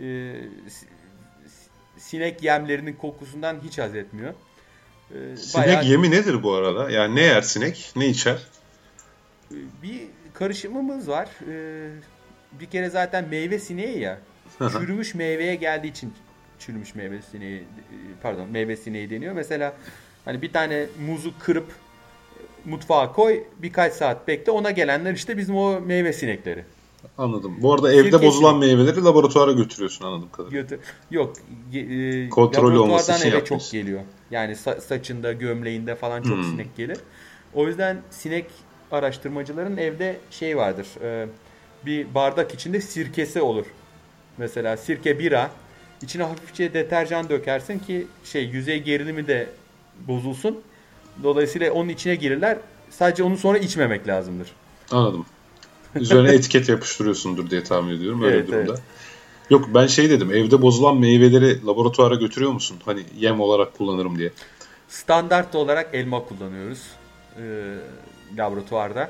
sinek yemlerinin kokusundan hiç haz etmiyor. Sinek yemi nedir bu arada? Yani ne yer sinek? Ne içer? Bir karışımımız var. Bir kere zaten meyve sineği ya. Çürümüş meyveye geldiği için çürümüş meyve sineği deniyor. Mesela hani bir tane muzu kırıp mutfağa koy, birkaç saat bekle. Ona gelenler işte bizim o meyve sinekleri. Anladım. Bu arada evde bozulan meyveleri laboratuvara götürüyorsun anladığım kadarıyla. Yok. Kontrollü olması için eve yapıyorsun. çok geliyor. Yani saçında, gömleğinde falan çok sinek gelir. O yüzden sinek araştırmacıların evde şey vardır. Bir bardak içinde sirkesi olur. Mesela sirke bira. İçine hafifçe deterjan dökersin ki yüzey gerilimi de bozulsun. Dolayısıyla onun içine girirler. Sadece onu sonra içmemek lazımdır. Anladım. Üzerine etiket yapıştırıyorsundur diye tahmin ediyorum öyle bir durumda. Evet. Yok ben dedim. Evde bozulan meyveleri laboratuvara götürüyor musun? Hani yem olarak kullanırım diye. Standart olarak elma kullanıyoruz. Laboratuvarda.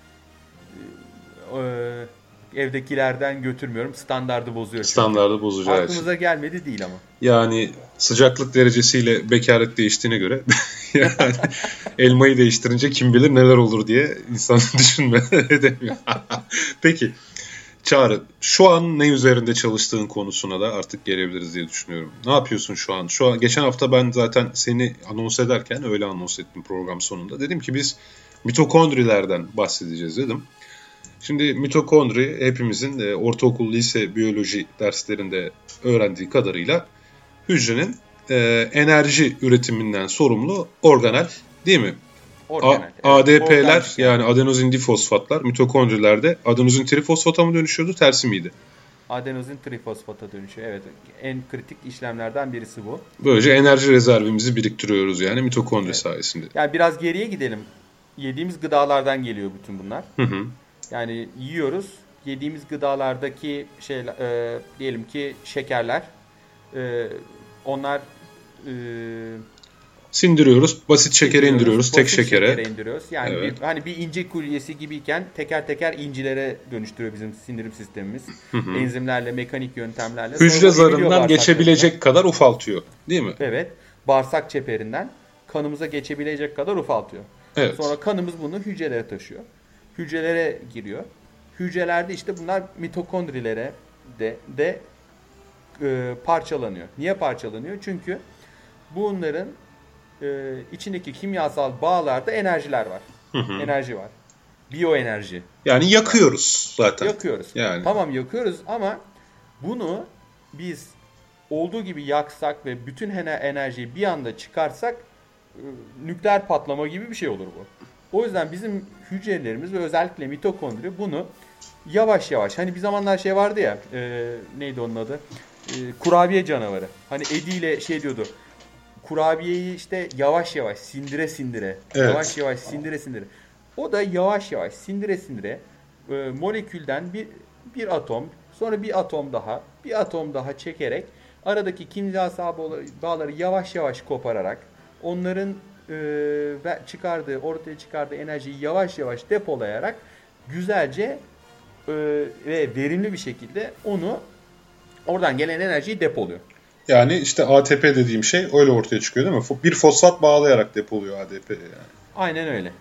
Evdekilerden götürmüyorum. Standardı bozuyor. Standardı bozacağı için. Aklımıza gelmedi değil ama. Yani sıcaklık derecesiyle bekaret değiştiğine göre yani elmayı değiştirince kim bilir neler olur diye insan düşünme edemiyor. Peki Çağrı, şu an ne üzerinde çalıştığın konusuna da artık gelebiliriz diye düşünüyorum. Ne yapıyorsun şu an? Şu an geçen hafta ben zaten seni anons ederken öyle anons ettim program sonunda. Dedim ki biz mitokondrilerden bahsedeceğiz dedim. Şimdi mitokondri hepimizin ortaokul, lise, biyoloji derslerinde öğrendiği kadarıyla hücrenin enerji üretiminden sorumlu organel değil mi? ADP'ler yani adenozin difosfatlar mitokondrilerde adenozin trifosfata mı dönüşüyordu tersi miydi? Adenozin trifosfata dönüşüyor evet. En kritik işlemlerden birisi bu. Böylece enerji rezervimizi biriktiriyoruz yani mitokondri sayesinde. Yani biraz geriye gidelim. Yediğimiz gıdalardan geliyor bütün bunlar. Yani yiyoruz. Yediğimiz gıdalardaki diyelim ki şekerler sindiriyoruz. Basit şekere indiriyoruz. Tek şekere. Indiriyoruz. Yani evet. Hani bir ince kulyesi gibiyken teker teker incilere dönüştürüyor bizim sindirim sistemimiz. Enzimlerle, mekanik yöntemlerle. Hücre zarından geçebilecek kadar ufaltıyor. Değil mi? Evet. Bağırsak çeperinden kanımıza geçebilecek kadar ufaltıyor. Evet. Sonra kanımız bunu hücrelere taşıyor. Hücrelere giriyor. Hücrelerde işte bunlar mitokondrilere de parçalanıyor. Niye parçalanıyor? Çünkü bunların içindeki kimyasal bağlarda enerjiler var. Enerji var. Biyoenerji. Yani yakıyoruz zaten. Yakıyoruz. Yani. Tamam yakıyoruz ama bunu biz olduğu gibi yaksak ve bütün enerjiyi bir anda çıkarsak nükleer patlama gibi bir şey olur bu. O yüzden bizim hücrelerimiz ve özellikle mitokondri bunu yavaş yavaş hani bir zamanlar vardı ya neydi onun adı? Kurabiye canavarı. Hani Eddie ile diyordu. Kurabiyeyi işte yavaş yavaş sindire sindire. Evet. Yavaş yavaş sindire sindire. O da yavaş yavaş sindire sindire molekülden bir atom sonra bir atom daha çekerek aradaki kimyasal bağları yavaş yavaş kopararak onların ortaya çıkardığı enerjiyi yavaş yavaş depolayarak güzelce ve verimli bir şekilde oradan gelen enerjiyi depoluyor. Yani işte ATP dediğim şey öyle ortaya çıkıyor değil mi? Bir fosfat bağlayarak depoluyor ADP yani. Aynen öyle.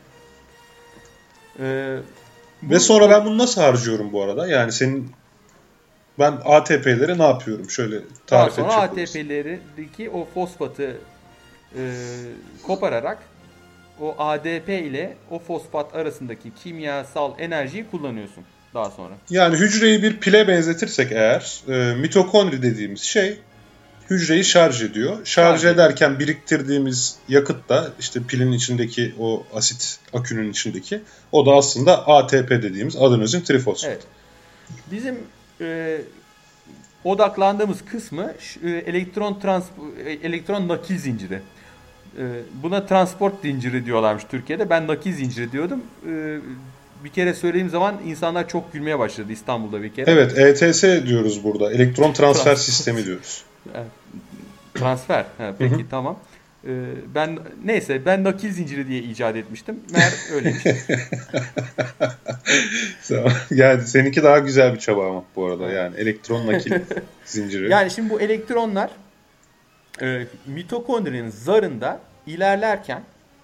Ve sonra ben bunu nasıl harcıyorum bu arada? Yani ben ATP'leri ne yapıyorum? Şöyle tarif edecek olursun. ATP'lerdeki o fosfatı kopararak o ADP ile o fosfat arasındaki kimyasal enerjiyi kullanıyorsun daha sonra. Yani hücreyi bir pile benzetirsek eğer mitokondri dediğimiz şey hücreyi şarj ediyor. Şarj ederken biriktirdiğimiz yakıt da işte pilin içindeki o asit akünün içindeki o da aslında ATP dediğimiz adenozin trifosfat. Evet. Bizim odaklandığımız kısmı elektron nakil zinciri. Buna transport zinciri diyorlarmış Türkiye'de. Ben nakil zinciri diyordum. Bir kere söylediğim zaman insanlar çok gülmeye başladı İstanbul'da bir kere. Evet, ETS diyoruz burada. Elektron transfer sistemi diyoruz. Transfer. Peki tamam. Ben nakil zinciri diye icat etmiştim. Meğer öyleymiş. Yani seninki daha güzel bir çaba ama bu arada. Yani elektron nakil zinciri. Yani şimdi bu elektronlar mitokondrinin zarında ilerlerken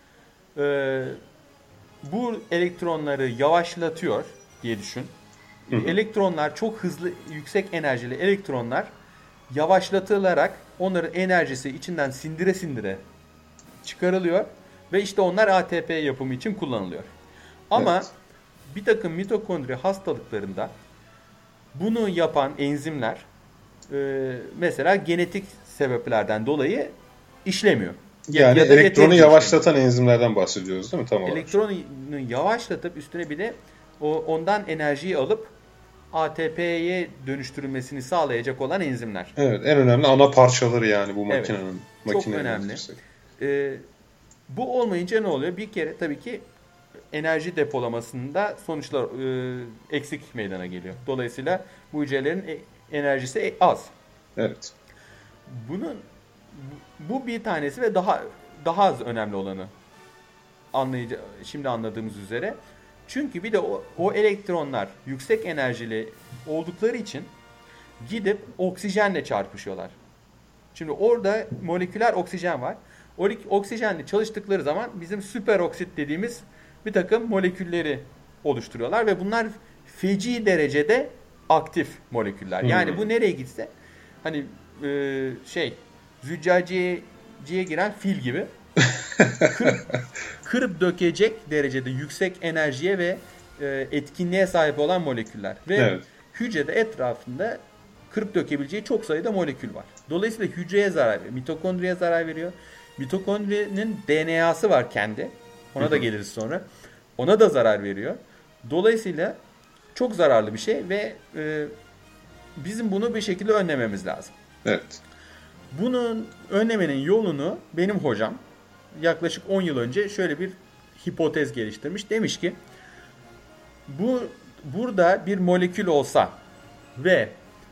bu elektronları yavaşlatıyor diye düşün. Elektronlar çok hızlı, yüksek enerjili elektronlar yavaşlatılarak onların enerjisi içinden sindire sindire çıkarılıyor ve işte onlar ATP yapımı için kullanılıyor. Ama bir takım mitokondri hastalıklarında bunu yapan enzimler mesela genetik sebeplerden dolayı işlemiyor. Yani ya elektronu yavaşlatan enzimlerden bahsediyoruz değil mi tam olarak? Elektronu yavaşlatıp üstüne bir de ondan enerjiyi alıp ATP'ye dönüştürülmesini sağlayacak olan enzimler. Evet, en önemli ana parçaları yani bu makinenin. Evet, çok önemli. Bu olmayınca ne oluyor? Bir kere tabii ki enerji depolamasında sonuçlar eksik meydana geliyor. Dolayısıyla bu hücrelerin enerjisi az. Evet. Bu bir tanesi ve daha az önemli olanı şimdi anladığımız üzere. Çünkü bir de o elektronlar yüksek enerjili oldukları için gidip oksijenle çarpışıyorlar. Şimdi orada moleküler oksijen var. Oksijenle çalıştıkları zaman bizim süperoksit dediğimiz bir takım molekülleri oluşturuyorlar ve bunlar feci derecede aktif moleküller. Yani bu nereye gitse hani züccaciyeye giren fil gibi kırıp dökecek derecede yüksek enerjiye ve etkinliğe sahip olan moleküller. Ve hücrede etrafında kırıp dökebileceği çok sayıda molekül var. Dolayısıyla hücreye zarar veriyor. Mitokondriye zarar veriyor. Mitokondrinin DNA'sı var kendi. Ona da geliriz sonra. Ona da zarar veriyor. Dolayısıyla çok zararlı bir şey ve bizim bunu bir şekilde önlememiz lazım. Evet. Bunun önlemenin yolunu benim hocam yaklaşık 10 yıl önce şöyle bir hipotez geliştirmiş. Demiş ki burada bir molekül olsa ve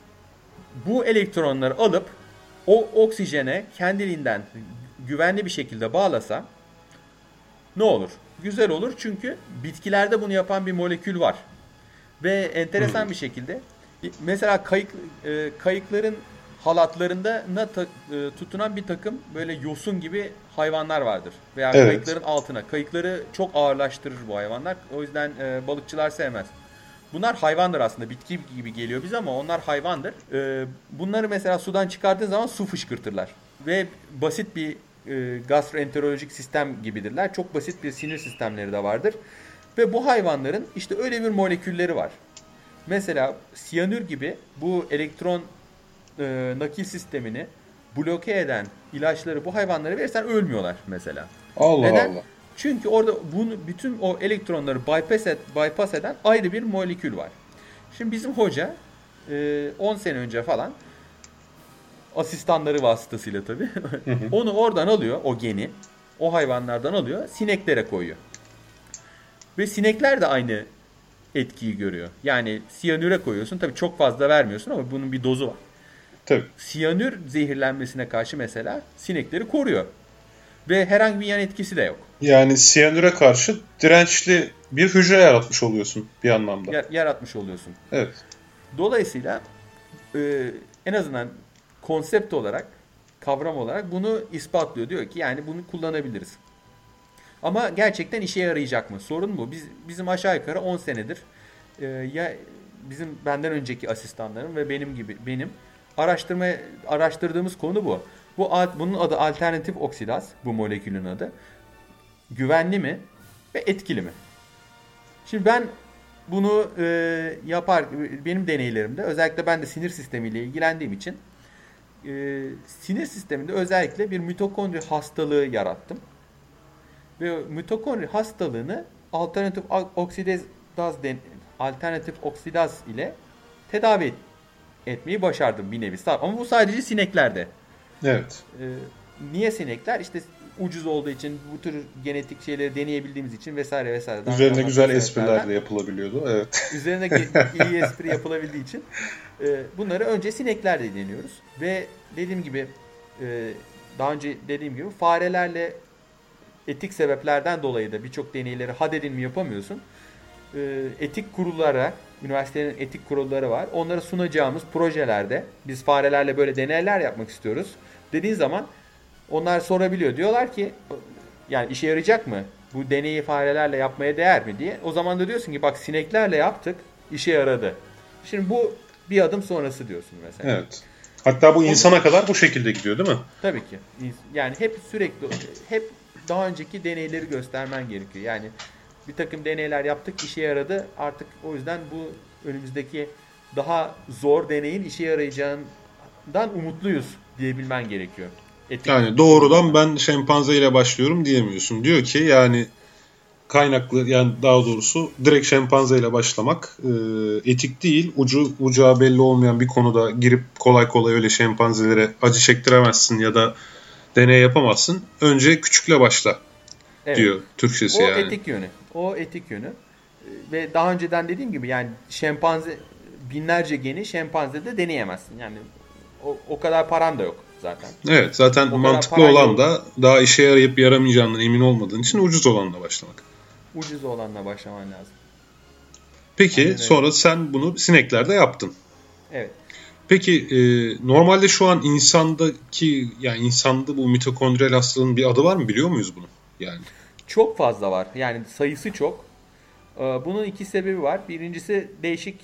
bu elektronları alıp o oksijene kendiliğinden güvenli bir şekilde bağlasa ne olur? Güzel olur çünkü bitkilerde bunu yapan bir molekül var. Ve enteresan bir şekilde mesela kayıkların halatlarında tutunan bir takım böyle yosun gibi hayvanlar vardır. Veya kayıkların altına. Kayıkları çok ağırlaştırır bu hayvanlar. O yüzden balıkçılar sevmez. Bunlar hayvandır aslında. Bitki gibi geliyor bize ama onlar hayvandır. Bunları mesela sudan çıkardığın zaman su fışkırtırlar. Ve basit bir gastroenterolojik sistem gibidirler. Çok basit bir sinir sistemleri de vardır. Ve bu hayvanların işte öyle bir molekülleri var. Mesela siyanür gibi bu elektron nakil sistemini bloke eden ilaçları bu hayvanlara verirsen ölmüyorlar mesela. Allah neden? Allah. Çünkü orada bütün o elektronları bypass eden ayrı bir molekül var. Şimdi bizim hoca 10 sene önce falan asistanları vasıtasıyla tabii onu oradan alıyor, o geni o hayvanlardan alıyor, sineklere koyuyor. Ve sinekler de aynı etkiyi görüyor. Yani siyanüre koyuyorsun. Tabii çok fazla vermiyorsun ama bunun bir dozu var. Tabii. Siyanür zehirlenmesine karşı mesela sinekleri koruyor. Ve herhangi bir yan etkisi de yok. Yani siyanüre karşı dirençli bir hücre yaratmış oluyorsun bir anlamda. Yaratmış oluyorsun. Evet. Dolayısıyla en azından konsept olarak, kavram olarak bunu ispatlıyor. Diyor ki yani bunu kullanabiliriz. Ama gerçekten işe yarayacak mı? Sorun bu. Bizim aşağı yukarı 10 senedir ya bizim benden önceki asistanlarım ve benim araştırdığımız konu bu. Bunun adı alternatif oksidaz, bu molekülün adı. Güvenli mi ve etkili mi? Şimdi ben bunu benim deneylerimde özellikle ben de sinir sistemiyle ilgilendiğim için sinir sisteminde özellikle bir mitokondri hastalığı yarattım. Ve mitokondri hastalığını alternatif oksidaz ile tedavi etmeyi başardım bir nevi. Ama bu sadece sineklerde. Evet. Niye sinekler? İşte ucuz olduğu için, bu tür genetik şeyleri deneyebildiğimiz için vesaire vesaire. Üzerine güzel espriler de yapılabiliyordu. Evet. Üzerine iyi espri yapılabildiği için bunları önce sineklerde deniyoruz. Ve dediğim gibi daha önce dediğim gibi farelerle etik sebeplerden dolayı da birçok deneyleri had edilmi yapamıyorsun. Etik kurullara, üniversitelerin etik kurulları var. Onlara sunacağımız projelerde biz farelerle böyle deneyler yapmak istiyoruz dediğin zaman onlar sorabiliyor. Diyorlar ki yani işe yarayacak mı? Bu deneyi farelerle yapmaya değer mi diye. O zaman da diyorsun ki bak sineklerle yaptık, işe yaradı. Şimdi bu bir adım sonrası diyorsun mesela. Evet. Hatta bu insana kadar bu şekilde gidiyor değil mi? Tabii ki. Yani hep daha önceki deneyleri göstermen gerekiyor. Yani bir takım deneyler yaptık, işe yaradı. Artık o yüzden bu önümüzdeki daha zor deneyin işe yarayacağından umutluyuz diyebilmen gerekiyor. Yani doğrudan ben şempanze ile başlıyorum diyemiyorsun. Diyor ki yani kaynaklı, yani daha doğrusu direkt şempanze ile başlamak etik değil. Ucağı belli olmayan bir konuda girip kolay kolay öyle şempanzelere acı çektiremezsin ya da deney yapamazsın. Önce küçükle başla diyor Türkçesi yani. O etik yönü. Ve daha önceden dediğim gibi yani şempanze binlerce geni şempanzede deneyemezsin. Yani o kadar paran da yok zaten. Evet, zaten mantıklı olan da daha işe yarayıp yaramayacağından emin olmadığın için ucuz olanla başlamak. Ucuz olanla başlaman lazım. Peki sonra sen bunu sineklerde yaptın. Evet. Peki normalde şu an insanda bu mitokondriyal hastalığın bir adı var mı? Biliyor muyuz bunu? Yani çok fazla var. Yani sayısı çok. Bunun iki sebebi var. Birincisi değişik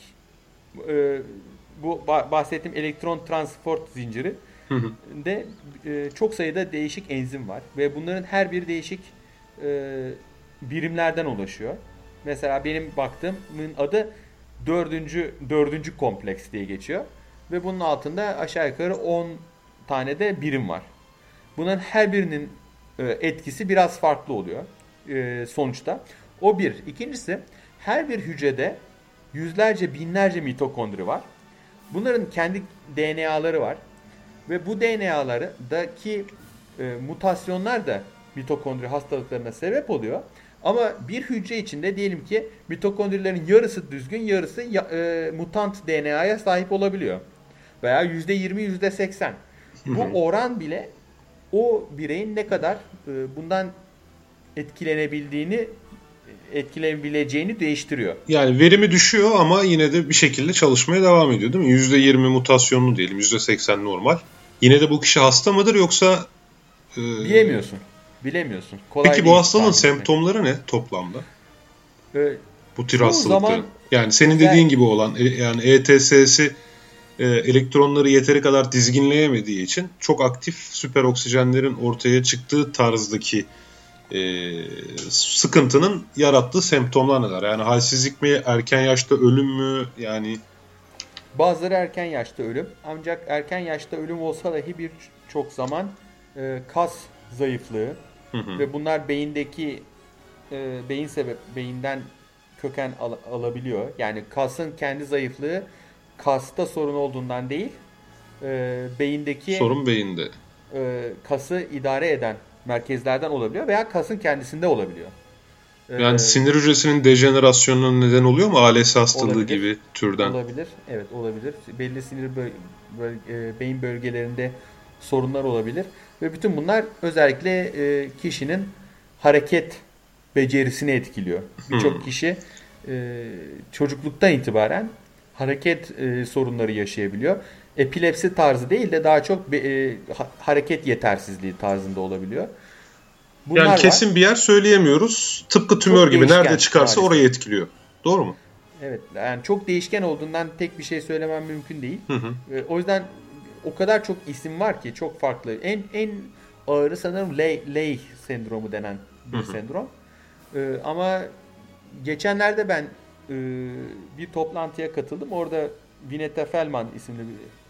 bu bahsettiğim elektron transport zinciri de çok sayıda değişik enzim var ve bunların her biri değişik birimlerden oluşuyor. Mesela benim baktığımın adı dördüncü kompleks diye geçiyor ve bunun altında aşağı yukarı 10 tane de birim var. Bunların her birinin etkisi biraz farklı oluyor sonuçta. O bir. İkincisi her bir hücrede yüzlerce binlerce mitokondri var. Bunların kendi DNA'ları var. Ve bu DNA'lardaki mutasyonlar da mitokondri hastalıklarına sebep oluyor. Ama bir hücre içinde diyelim ki mitokondrilerin yarısı düzgün, yarısı mutant DNA'ya sahip olabiliyor. Veya %20, %80. Bu oran bile o bireyin ne kadar bundan etkilenebileceğini değiştiriyor. Yani verimi düşüyor ama yine de bir şekilde çalışmaya devam ediyor değil mi? %20 mutasyonlu diyelim, %80 normal. Yine de bu kişi hasta mıdır yoksa... Bilemiyorsun. Kolay Peki bu hastalığın semptomları ne toplamda? Bu tür hastalıkların. Yani senin dediğin gibi olan yani ETS'si elektronları yeteri kadar dizginleyemediği için çok aktif süper oksijenlerin ortaya çıktığı tarzdaki sıkıntının yarattığı semptomlar neler? Yani halsizlik mi, erken yaşta ölüm mü? Yani bazıları erken yaşta ölüm. Ancak erken yaşta ölüm olsa dahi birçok zaman kas zayıflığı ve bunlar beyindeki beyinden köken alabiliyor. Yani kasın kendi zayıflığı kasta sorun olduğundan değil, beyindeki sorun beyinde. Kası idare eden merkezlerden olabiliyor veya kasın kendisinde olabiliyor. Yani sinir hücresinin dejenerasyonuna neden oluyor mu? ALS hastalığı olabilir, gibi türden. Olabilir. Evet, olabilir. Belli sinir beyin bölgelerinde sorunlar olabilir. Ve bütün bunlar özellikle kişinin hareket becerisini etkiliyor. Birçok kişi çocukluktan itibaren hareket sorunları yaşayabiliyor. Epilepsi tarzı değil de daha çok hareket yetersizliği tarzında olabiliyor. Bunlar yani kesin var. Bir yer söyleyemiyoruz. Tıpkı tümör çok gibi nerede çıkarsa orayı etkiliyor. Doğru mu? Evet. Yani çok değişken olduğundan tek bir şey söylemem mümkün değil. O yüzden o kadar çok isim var ki çok farklı. En ağırı sanırım Leigh sendromu denen bir sendrom. Ama geçenlerde ben bir toplantıya katıldım. Orada Vineta Felman isimli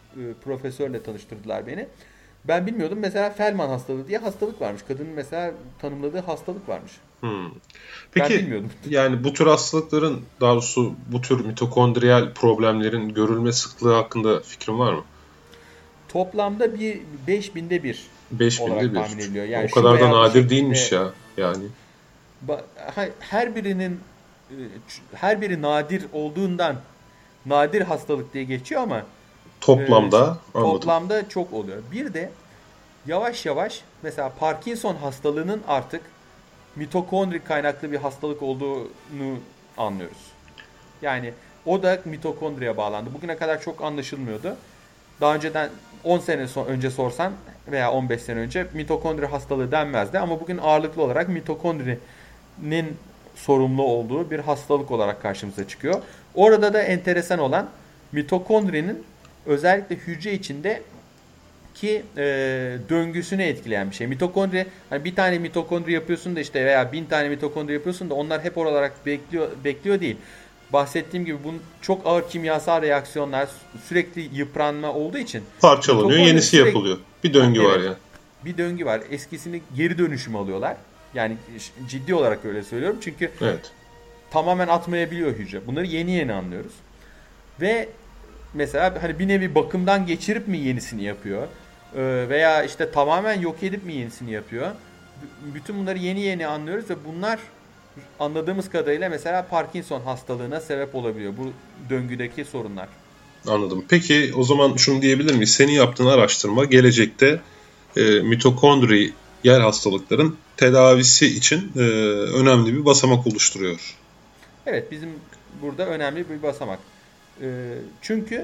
profesörle tanıştırdılar beni. Ben bilmiyordum. Mesela Feldman hastalığı diye hastalık varmış. Kadının mesela tanımladığı hastalık varmış. Hmm. Ben Peki bilmiyordum. yani bu tür hastalıkların, daha doğrusu bu tür mitokondriyal problemlerin görülme sıklığı hakkında fikrin var mı? Toplamda bir 5000'de bir 5000'de olarak bir. tahmin ediliyor. Yani O şu kadar da veya bu nadir değilmiş şekilde ya. Yani her birinin her biri nadir olduğundan nadir hastalık diye geçiyor ama toplamda anladım. toplamda çok oluyor. Bir de yavaş yavaş mesela Parkinson hastalığının artık mitokondri kaynaklı bir hastalık olduğunu anlıyoruz. Yani o da mitokondriye bağlandı. Bugüne kadar çok anlaşılmıyordu. Daha önceden 10 sene önce sorsan veya 15 sene önce mitokondri hastalığı denmezdi. Ama bugün ağırlıklı olarak mitokondrinin sorumlu olduğu bir hastalık olarak karşımıza çıkıyor. Orada da enteresan olan mitokondrinin özellikle hücre içinde ki döngüsünü etkileyen bir şey. Mitokondri, hani bir tane mitokondri yapıyorsun da işte veya 1000 tane mitokondri yapıyorsun da onlar hep olarak bekliyor değil. Bahsettiğim gibi bunun çok ağır kimyasal reaksiyonlar, sürekli yıpranma olduğu için Parçalanıyor, mitokondri yenisi sürekli yapılıyor. Bir döngü var evet, yani. bir döngü var. Eskisini geri dönüşüm alıyorlar. Yani ciddi olarak öyle söylüyorum. Çünkü Evet. tamamen atmayabiliyor hücre. Bunları yeni yeni anlıyoruz. Ve mesela hani bir nevi bakımdan geçirip mi yenisini yapıyor? Veya işte tamamen yok edip mi yenisini yapıyor? Bütün bunları yeni yeni anlıyoruz ve bunlar anladığımız kadarıyla mesela Parkinson hastalığına sebep olabiliyor. Bu döngüdeki sorunlar. Anladım. Peki o zaman şunu diyebilir miyiz? Senin yaptığın araştırma gelecekte mitokondri yer hastalıkların tedavisi için önemli bir basamak oluşturuyor. Evet, bizim burada önemli bir basamak. Çünkü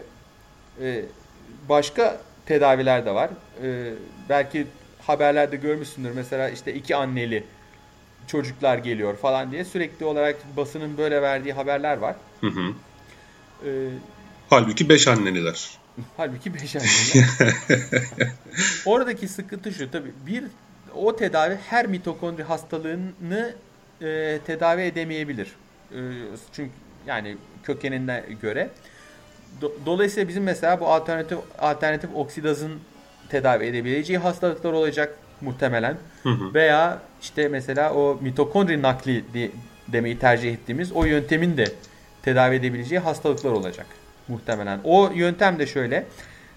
başka tedaviler de var. Belki haberlerde görmüşsündür. Mesela işte 2 anneli çocuklar geliyor falan diye sürekli olarak basının böyle verdiği haberler var. Hı hı. Ee, Halbuki 5 anneliler. halbuki 5 anneli. Oradaki sıkıntı şu tabii o tedavi her mitokondri hastalığını tedavi edemeyebilir. Çünkü yani kökenine göre. Dolayısıyla bizim mesela bu alternatif oksidazın tedavi edebileceği hastalıklar olacak muhtemelen. Hı hı. Veya işte mesela o mitokondri nakli demeyi tercih ettiğimiz o yöntemin de tedavi edebileceği hastalıklar olacak muhtemelen. O yöntem de şöyle: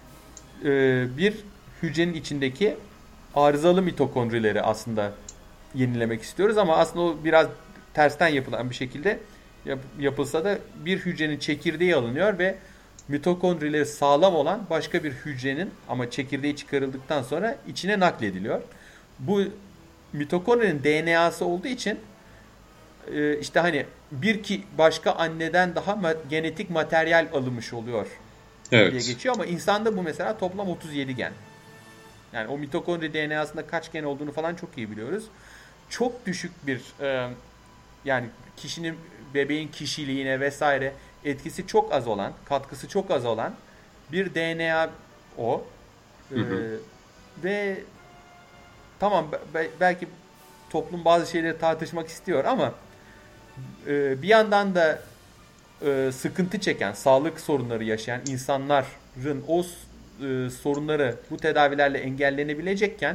bir hücrenin içindeki arızalı mitokondrileri aslında yenilemek istiyoruz ama aslında o biraz tersten yapılan bir şekilde yapılsa da bir hücrenin çekirdeği alınıyor ve mitokondrileri sağlam olan başka bir hücrenin ama çekirdeği çıkarıldıktan sonra içine naklediliyor. Bu mitokondrinin DNA'sı olduğu için işte hani başka anneden daha genetik materyal alınmış oluyor diye Evet. geçiyor ama insanda bu mesela toplam 37 gen. Yani o mitokondri DNA'sında kaç gen olduğunu falan çok iyi biliyoruz. Çok düşük bir yani bebeğin kişiliğine vesaire etkisi çok az olan, katkısı çok az olan bir DNA o. Hı hı. Ve tamam, belki toplum bazı şeyleri tartışmak istiyor ama bir yandan da sıkıntı çeken, sağlık sorunları yaşayan insanların o sorunları bu tedavilerle engellenebilecekken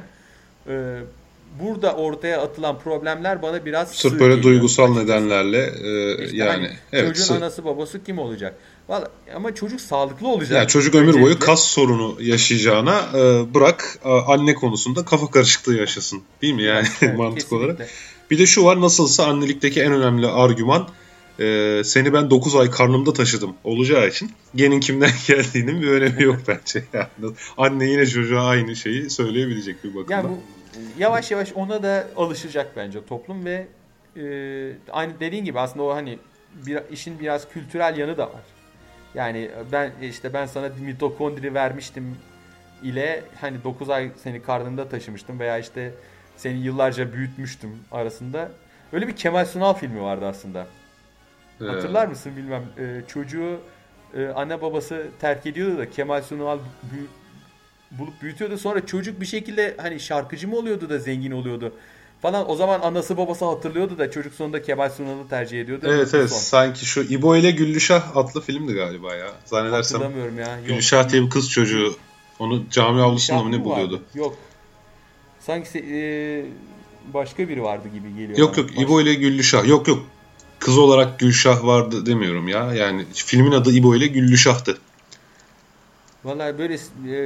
burada ortaya atılan problemler bana biraz Sırf sığ böyle geliyor duygusal açıkçası. nedenlerle İşte yani hani evet. çocuğun anası babası kim olacak? Vallahi, ama çocuk sağlıklı Yani olacak çocuk ömür boyu öncelikle. kas sorunu yaşayacağına bırak anne konusunda kafa karışıklığı yaşasın. Değil mi yani Evet, mantık olarak? kesinlikle. Bir de şu var, nasılsa annelikteki en önemli argüman seni ben 9 ay karnımda taşıdım olacağı için genin kimden geldiğinin bir önemi yok bence. Yani anne yine çocuğa aynı şeyi söyleyebilecek bir Yani bakımdan. bu yavaş yavaş ona da alışacak bence toplum ve aynı dediğin gibi aslında o hani işin biraz kültürel yanı da var. Yani ben sana mitokondri vermiştim ile hani 9 ay seni karnında taşımıştım veya işte seni yıllarca büyütmüştüm arasında. Öyle bir Kemal Sunal filmi vardı aslında. E, Hatırlar mısın bilmem. Çocuğu anne babası terk ediyordu da Kemal Sunal bulup büyütüyordu. Sonra çocuk bir şekilde hani şarkıcı mı oluyordu da zengin oluyordu falan. O zaman anası babası hatırlıyordu da çocuk sonunda Kemal Sunal'ı tercih ediyordu. Evet evet, sanki şu İbo ile Güllüşah adlı filmdi galiba ya. Zannedersem Hatırlamıyorum ya. Yok. Güllüşah diye bir kız çocuğu onu cami avlusunda mı ne buluyordu? Yok. Sanki başka biri vardı gibi geliyor Yok bana. yok, İbo ile Güllüşah. Yok yok. Kız olarak Gülşah vardı demiyorum ya. Yani filmin adı İbo ile Güllüşah'tı. Vallahi böyle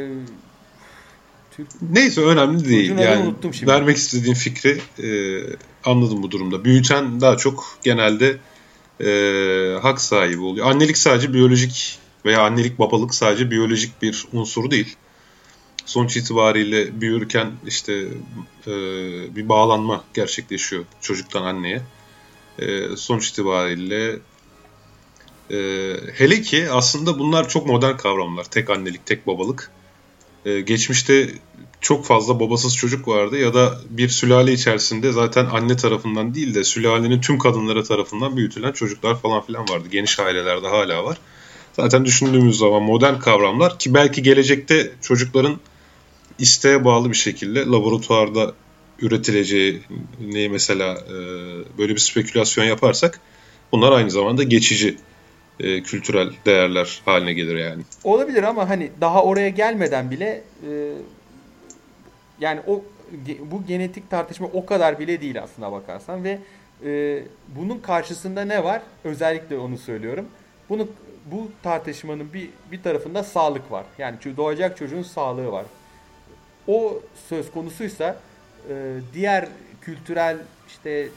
Türk Neyse, önemli değil. çocuğun adını Yani unuttum şimdi. vermek istediğim fikri anladım bu durumda. Büyüten daha çok genelde hak sahibi oluyor. Annelik sadece biyolojik veya annelik babalık sadece biyolojik bir unsur değil. Sonuç itibariyle büyürken işte bir bağlanma gerçekleşiyor çocuktan anneye. Sonuç itibariyle hele ki aslında bunlar çok modern kavramlar. Tek annelik, tek babalık. Geçmişte çok fazla babasız çocuk vardı ya da bir sülale içerisinde zaten anne tarafından değil de sülalenin tüm kadınları tarafından büyütülen çocuklar falan filan vardı. Geniş ailelerde hala var. Zaten düşündüğümüz zaman modern kavramlar ki belki gelecekte çocukların isteğe bağlı bir şekilde laboratuvarda üretileceğini mesela böyle bir spekülasyon yaparsak bunlar aynı zamanda geçici kültürel değerler haline gelir yani. Olabilir ama hani daha oraya gelmeden bile yani bu genetik tartışma o kadar bile değil aslına bakarsan ve bunun karşısında ne var? Özellikle onu söylüyorum. Bu tartışmanın bir tarafında sağlık var. Yani doğacak çocuğun sağlığı var. O söz konusuysa diğer kültürel işte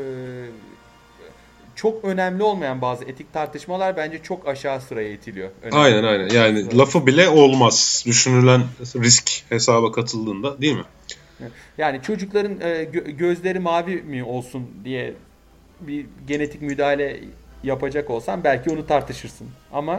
çok önemli olmayan bazı etik tartışmalar bence çok aşağı sıraya itiliyor. Aynen. Yani lafı bile olmaz. Düşünülen risk hesaba katıldığında, değil mi? Yani çocukların gözleri mavi mi olsun diye bir genetik müdahale yapacak olsan belki onu tartışırsın. Ama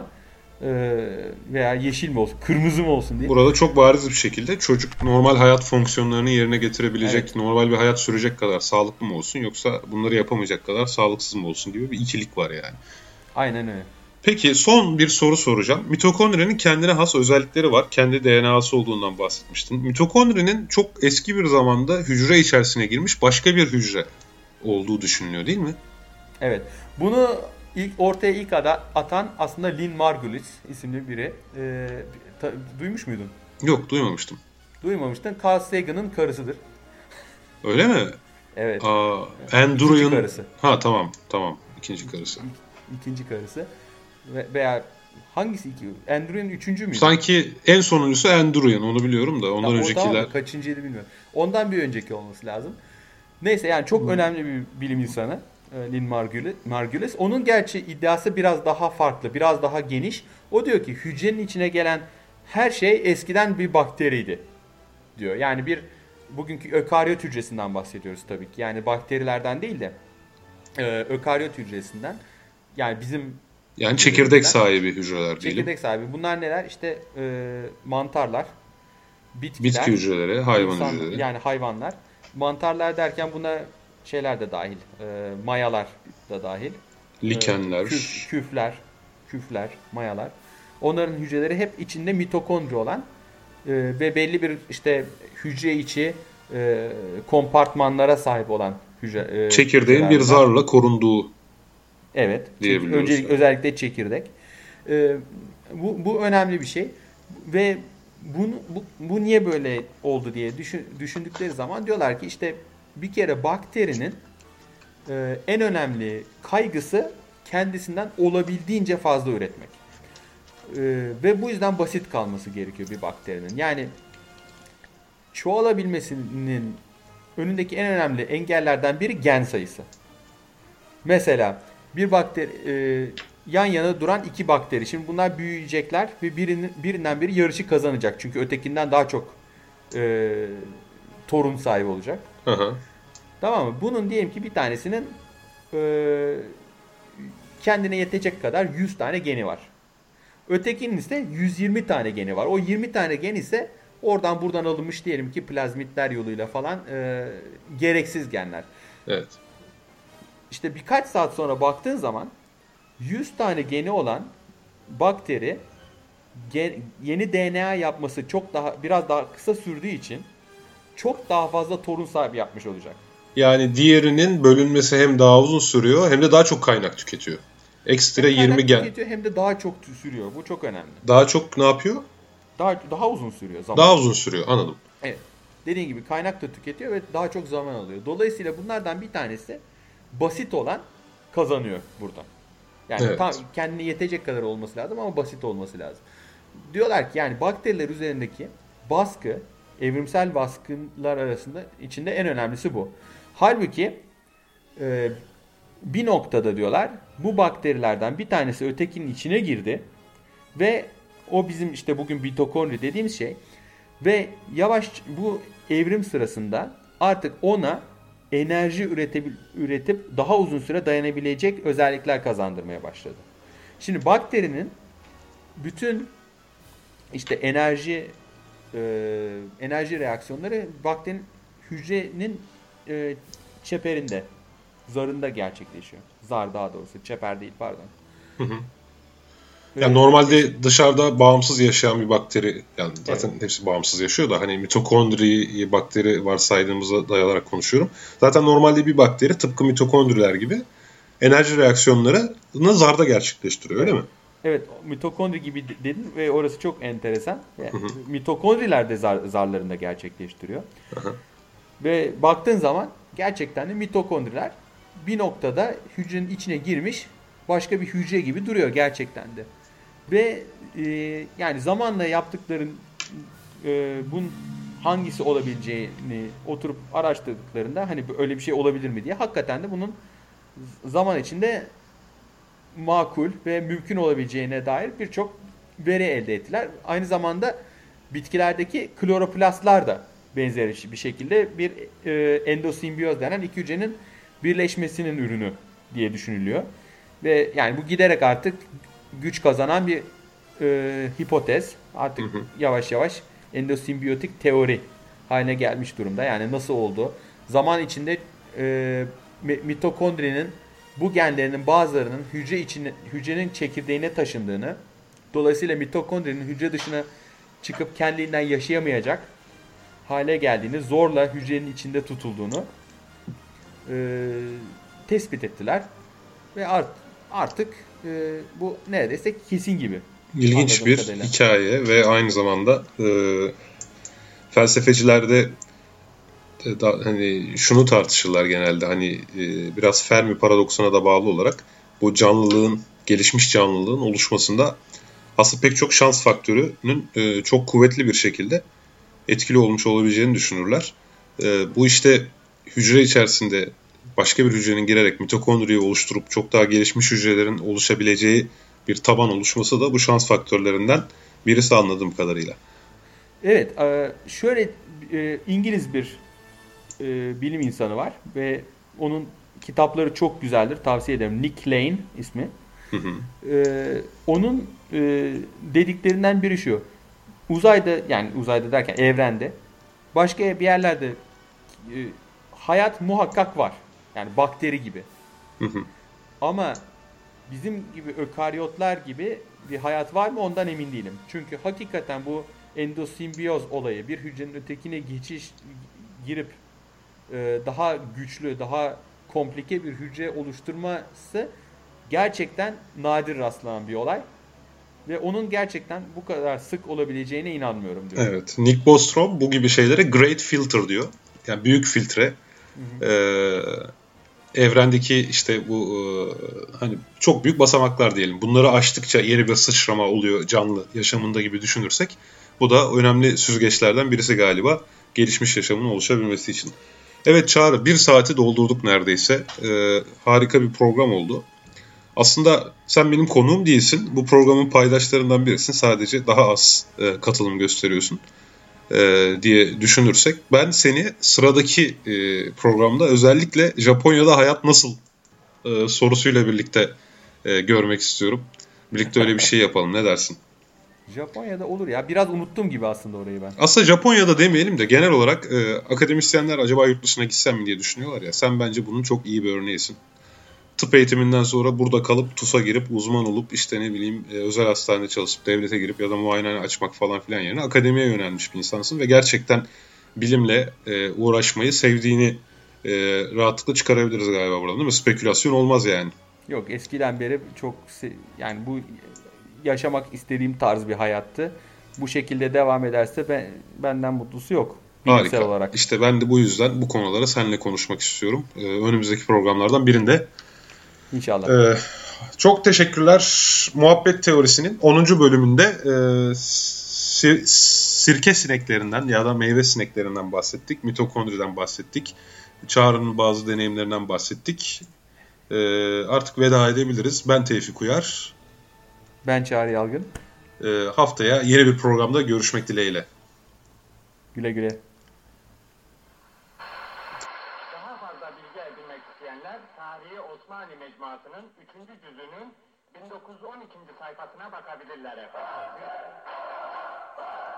veya yeşil mi olsun, kırmızı mı olsun diye. Burada çok bariz bir şekilde çocuk normal hayat fonksiyonlarını yerine getirebilecek, evet, normal bir hayat sürecek kadar sağlıklı mı olsun yoksa bunları yapamayacak kadar sağlıksız mı olsun gibi bir ikilik var yani. Aynen öyle. Peki son bir soru soracağım. Mitokondrinin kendine has özellikleri var. Kendi DNA'sı olduğundan bahsetmiştin. Mitokondrinin çok eski bir zamanda hücre içerisine girmiş başka bir hücre olduğu düşünülüyor, değil mi? Evet. Bunu ortaya ilk atan aslında Lynn Margulis isimli biri. Duymuş muydun? Yok, duymamıştım. Duymamıştın. Carl Sagan'ın karısıdır. Öyle mi? Evet. Andrew'un karısı. Ha, tamam. İkinci karısı. İkinci karısı. Veya hangisi iki? Andrew'un üçüncü müydü? Sanki en sonuncusu Andrew'un, onu biliyorum da ondan öncekiler. Tamam, kaçıncıydı bilmiyorum. Ondan bir önceki olması lazım. Neyse yani çok önemli bir bilim insanı. Lynn Margulis. Onun gerçi iddiası biraz daha farklı, biraz daha geniş. O diyor ki hücrenin içine gelen her şey eskiden bir bakteriydi diyor. Yani bugünkü ökaryot hücresinden bahsediyoruz tabii ki. Yani bakterilerden değil de ökaryot hücresinden. Yani bizim çekirdek sahibi hücreler diyelim. Çekirdek sahibi. Bunlar neler? İşte mantarlar, bitkiler, bitki hücreleri, hayvan hücreleri. Yani hayvanlar. Mantarlar derken buna şeyler de dahil. Mayalar da dahil. Likenler. Küfler, mayalar. Onların hücreleri hep içinde mitokondri olan ve belli bir işte hücre içi kompartmanlara sahip olan çekirdeğin bir zarla korunduğu. Evet. Özellikle çekirdek. Bu önemli bir şey ve bu niye böyle oldu diye düşündükleri zaman diyorlar ki işte bir kere bakterinin en önemli kaygısı kendisinden olabildiğince fazla üretmek. Ve bu yüzden basit kalması gerekiyor bir bakterinin. Yani çoğalabilmesinin önündeki en önemli engellerden biri gen sayısı. Mesela bir bakteri yan yana duran iki bakteri. Şimdi bunlar büyüyecekler ve birinden biri yarışı kazanacak. Çünkü ötekinden daha çok torun sahibi olacak. Hı. Tamam mı? Bunun diyelim ki bir tanesinin kendine yetecek kadar 100 tane geni var. Ötekinin ise 120 tane geni var. O 20 tane gen ise oradan buradan alınmış diyelim ki plazmitler yoluyla falan gereksiz genler. Evet. İşte birkaç saat sonra baktığın zaman 100 tane geni olan bakteri yeni DNA yapması biraz daha kısa sürdüğü için çok daha fazla torun sahibi yapmış olacak. Yani diğerinin bölünmesi hem daha uzun sürüyor hem de daha çok kaynak tüketiyor. Ekstra Hem 20 kaynak gen. tüketiyor hem de daha çok sürüyor. Bu çok önemli. Daha çok ne yapıyor? Daha uzun sürüyor zaman. Daha uzun sürüyor, anladım. Evet. Dediğim gibi kaynak da tüketiyor ve daha çok zaman alıyor. Dolayısıyla bunlardan bir tanesi basit olan kazanıyor burada. Yani Evet. tam kendine yetecek kadar olması lazım ama basit olması lazım. Diyorlar ki yani bakteriler üzerindeki baskı, evrimsel baskılar arasında içinde en önemlisi bu. Halbuki bir noktada diyorlar bu bakterilerden bir tanesi ötekinin içine girdi ve o bizim işte bugün mitokondri dediğimiz şey ve yavaş bu evrim sırasında artık ona enerji üretip daha uzun süre dayanabilecek özellikler kazandırmaya başladı. Şimdi bakterinin bütün işte enerji reaksiyonları bakterinin hücrenin çeperinde, zarında gerçekleşiyor. Zar daha doğrusu, çeper değil pardon. Hı hı. Yani normalde dışarıda bağımsız yaşayan bir bakteri, yani zaten evet, hepsi bağımsız yaşıyor da hani mitokondri bakteri varsaydığımıza dayanarak konuşuyorum. Zaten normalde bir bakteri tıpkı mitokondriler gibi enerji reaksiyonlarını zarda gerçekleştiriyor, öyle mi? Evet, mitokondri gibi dedin ve orası çok enteresan. Yani, mitokondriler de zarlarında gerçekleştiriyor. Hı hı. Ve baktığın zaman gerçekten de mitokondriler bir noktada hücrenin içine girmiş başka bir hücre gibi duruyor gerçekten de. Ve yani zamanla yaptıkların bunun hangisi olabileceğini oturup araştırdıklarında hani öyle bir şey olabilir mi diye hakikaten de bunun zaman içinde makul ve mümkün olabileceğine dair birçok veri elde ettiler. Aynı zamanda bitkilerdeki kloroplastlar da benzer bir şekilde bir endosimbiyoz denen iki hücrenin birleşmesinin ürünü diye düşünülüyor. Ve yani bu giderek artık güç kazanan bir hipotez. Artık yavaş yavaş endosimbiyotik teori haline gelmiş durumda. Yani nasıl oldu? Zaman içinde mitokondrinin bu genlerinin bazılarının hücrenin çekirdeğine taşındığını, dolayısıyla mitokondrinin hücre dışına çıkıp kendiliğinden yaşayamayacak hale geldiğini, zorla hücrenin içinde tutulduğunu tespit ettiler. Ve artık bu neredeyse kesin gibi. İlginç bir kadarıyla hikaye ve aynı zamanda felsefecilerde hani şunu tartışırlar genelde, hani biraz Fermi paradoksuna da bağlı olarak bu canlılığın, gelişmiş canlılığın oluşmasında aslında pek çok şans faktörünün çok kuvvetli bir şekilde etkili olmuş olabileceğini düşünürler. Bu işte hücre içerisinde başka bir hücrenin girerek mitokondriyi oluşturup çok daha gelişmiş hücrelerin oluşabileceği bir taban oluşması da bu şans faktörlerinden birisi anladığım kadarıyla. Evet, şöyle İngiliz bir bilim insanı var ve onun kitapları çok güzeldir, tavsiye ederim. Nick Lane ismi. Hı hı. Onun dediklerinden biri şu: uzayda, yani uzayda derken evrende, başka bir yerlerde hayat muhakkak var. Yani bakteri gibi. Hı hı. Ama bizim gibi ökaryotlar gibi bir hayat var mı ondan emin değilim. Çünkü hakikaten bu endosimbiyoz olayı, bir hücrenin ötekine girip daha güçlü, daha komplike bir hücre oluşturması gerçekten nadir rastlanan bir olay. Ve onun gerçekten bu kadar sık olabileceğine inanmıyorum diyor. Evet. Nick Bostrom bu gibi şeylere great filter diyor. Yani büyük filtre. Evrendeki işte bu hani çok büyük basamaklar diyelim. Bunları aştıkça yeni bir sıçrama oluyor canlı yaşamında gibi düşünürsek, bu da önemli süzgeçlerden birisi galiba gelişmiş yaşamın oluşabilmesi için. Evet Çağrı, 1 saati doldurduk neredeyse. Harika bir program oldu. Aslında sen benim konuğum değilsin. Bu programın paydaşlarından birisin. Sadece daha az katılım gösteriyorsun diye düşünürsek, ben seni sıradaki programda özellikle Japonya'da hayat nasıl sorusuyla birlikte görmek istiyorum. Birlikte öyle bir şey yapalım. Ne dersin? Japonya'da olur ya. Biraz unuttum gibi aslında orayı ben. Aslında Japonya'da demeyelim de genel olarak akademisyenler acaba yurt dışına gitsem mi diye düşünüyorlar ya. Sen bence bunun çok iyi bir örneğisin. Tıp eğitiminden sonra burada kalıp TUS'a girip uzman olup işte ne bileyim özel hastanede çalışıp devlete girip ya da muayenehane açmak falan filan yerine akademiye yönelmiş bir insansın ve gerçekten bilimle uğraşmayı sevdiğini rahatlıkla çıkarabiliriz galiba buradan, değil mi? Spekülasyon olmaz yani. Yok, eskiden beri çok yani bu yaşamak istediğim tarz bir hayattı. Bu şekilde devam ederse benden mutlusu yok bilimsel Harika. olarak. İşte ben de bu yüzden bu konulara seninle konuşmak istiyorum. Önümüzdeki programlardan birinde. İnşallah. Çok teşekkürler. Muhabbet Teorisi'nin 10. bölümünde sirke sineklerinden ya da meyve sineklerinden bahsettik. Mitokondriden bahsettik. Çağrı'nın bazı deneyimlerinden bahsettik. Artık veda edebiliriz. Ben Tevfik Uyar. Ben Çağrı Yalgın. Haftaya yeni bir programda görüşmek dileğiyle. Güle güle. Daha fazla bilgi edinmek isteyenler Tarihi Osmanlı Mecmuası'nın 3. cüzünün 1912. sayfasına bakabilirler efendim.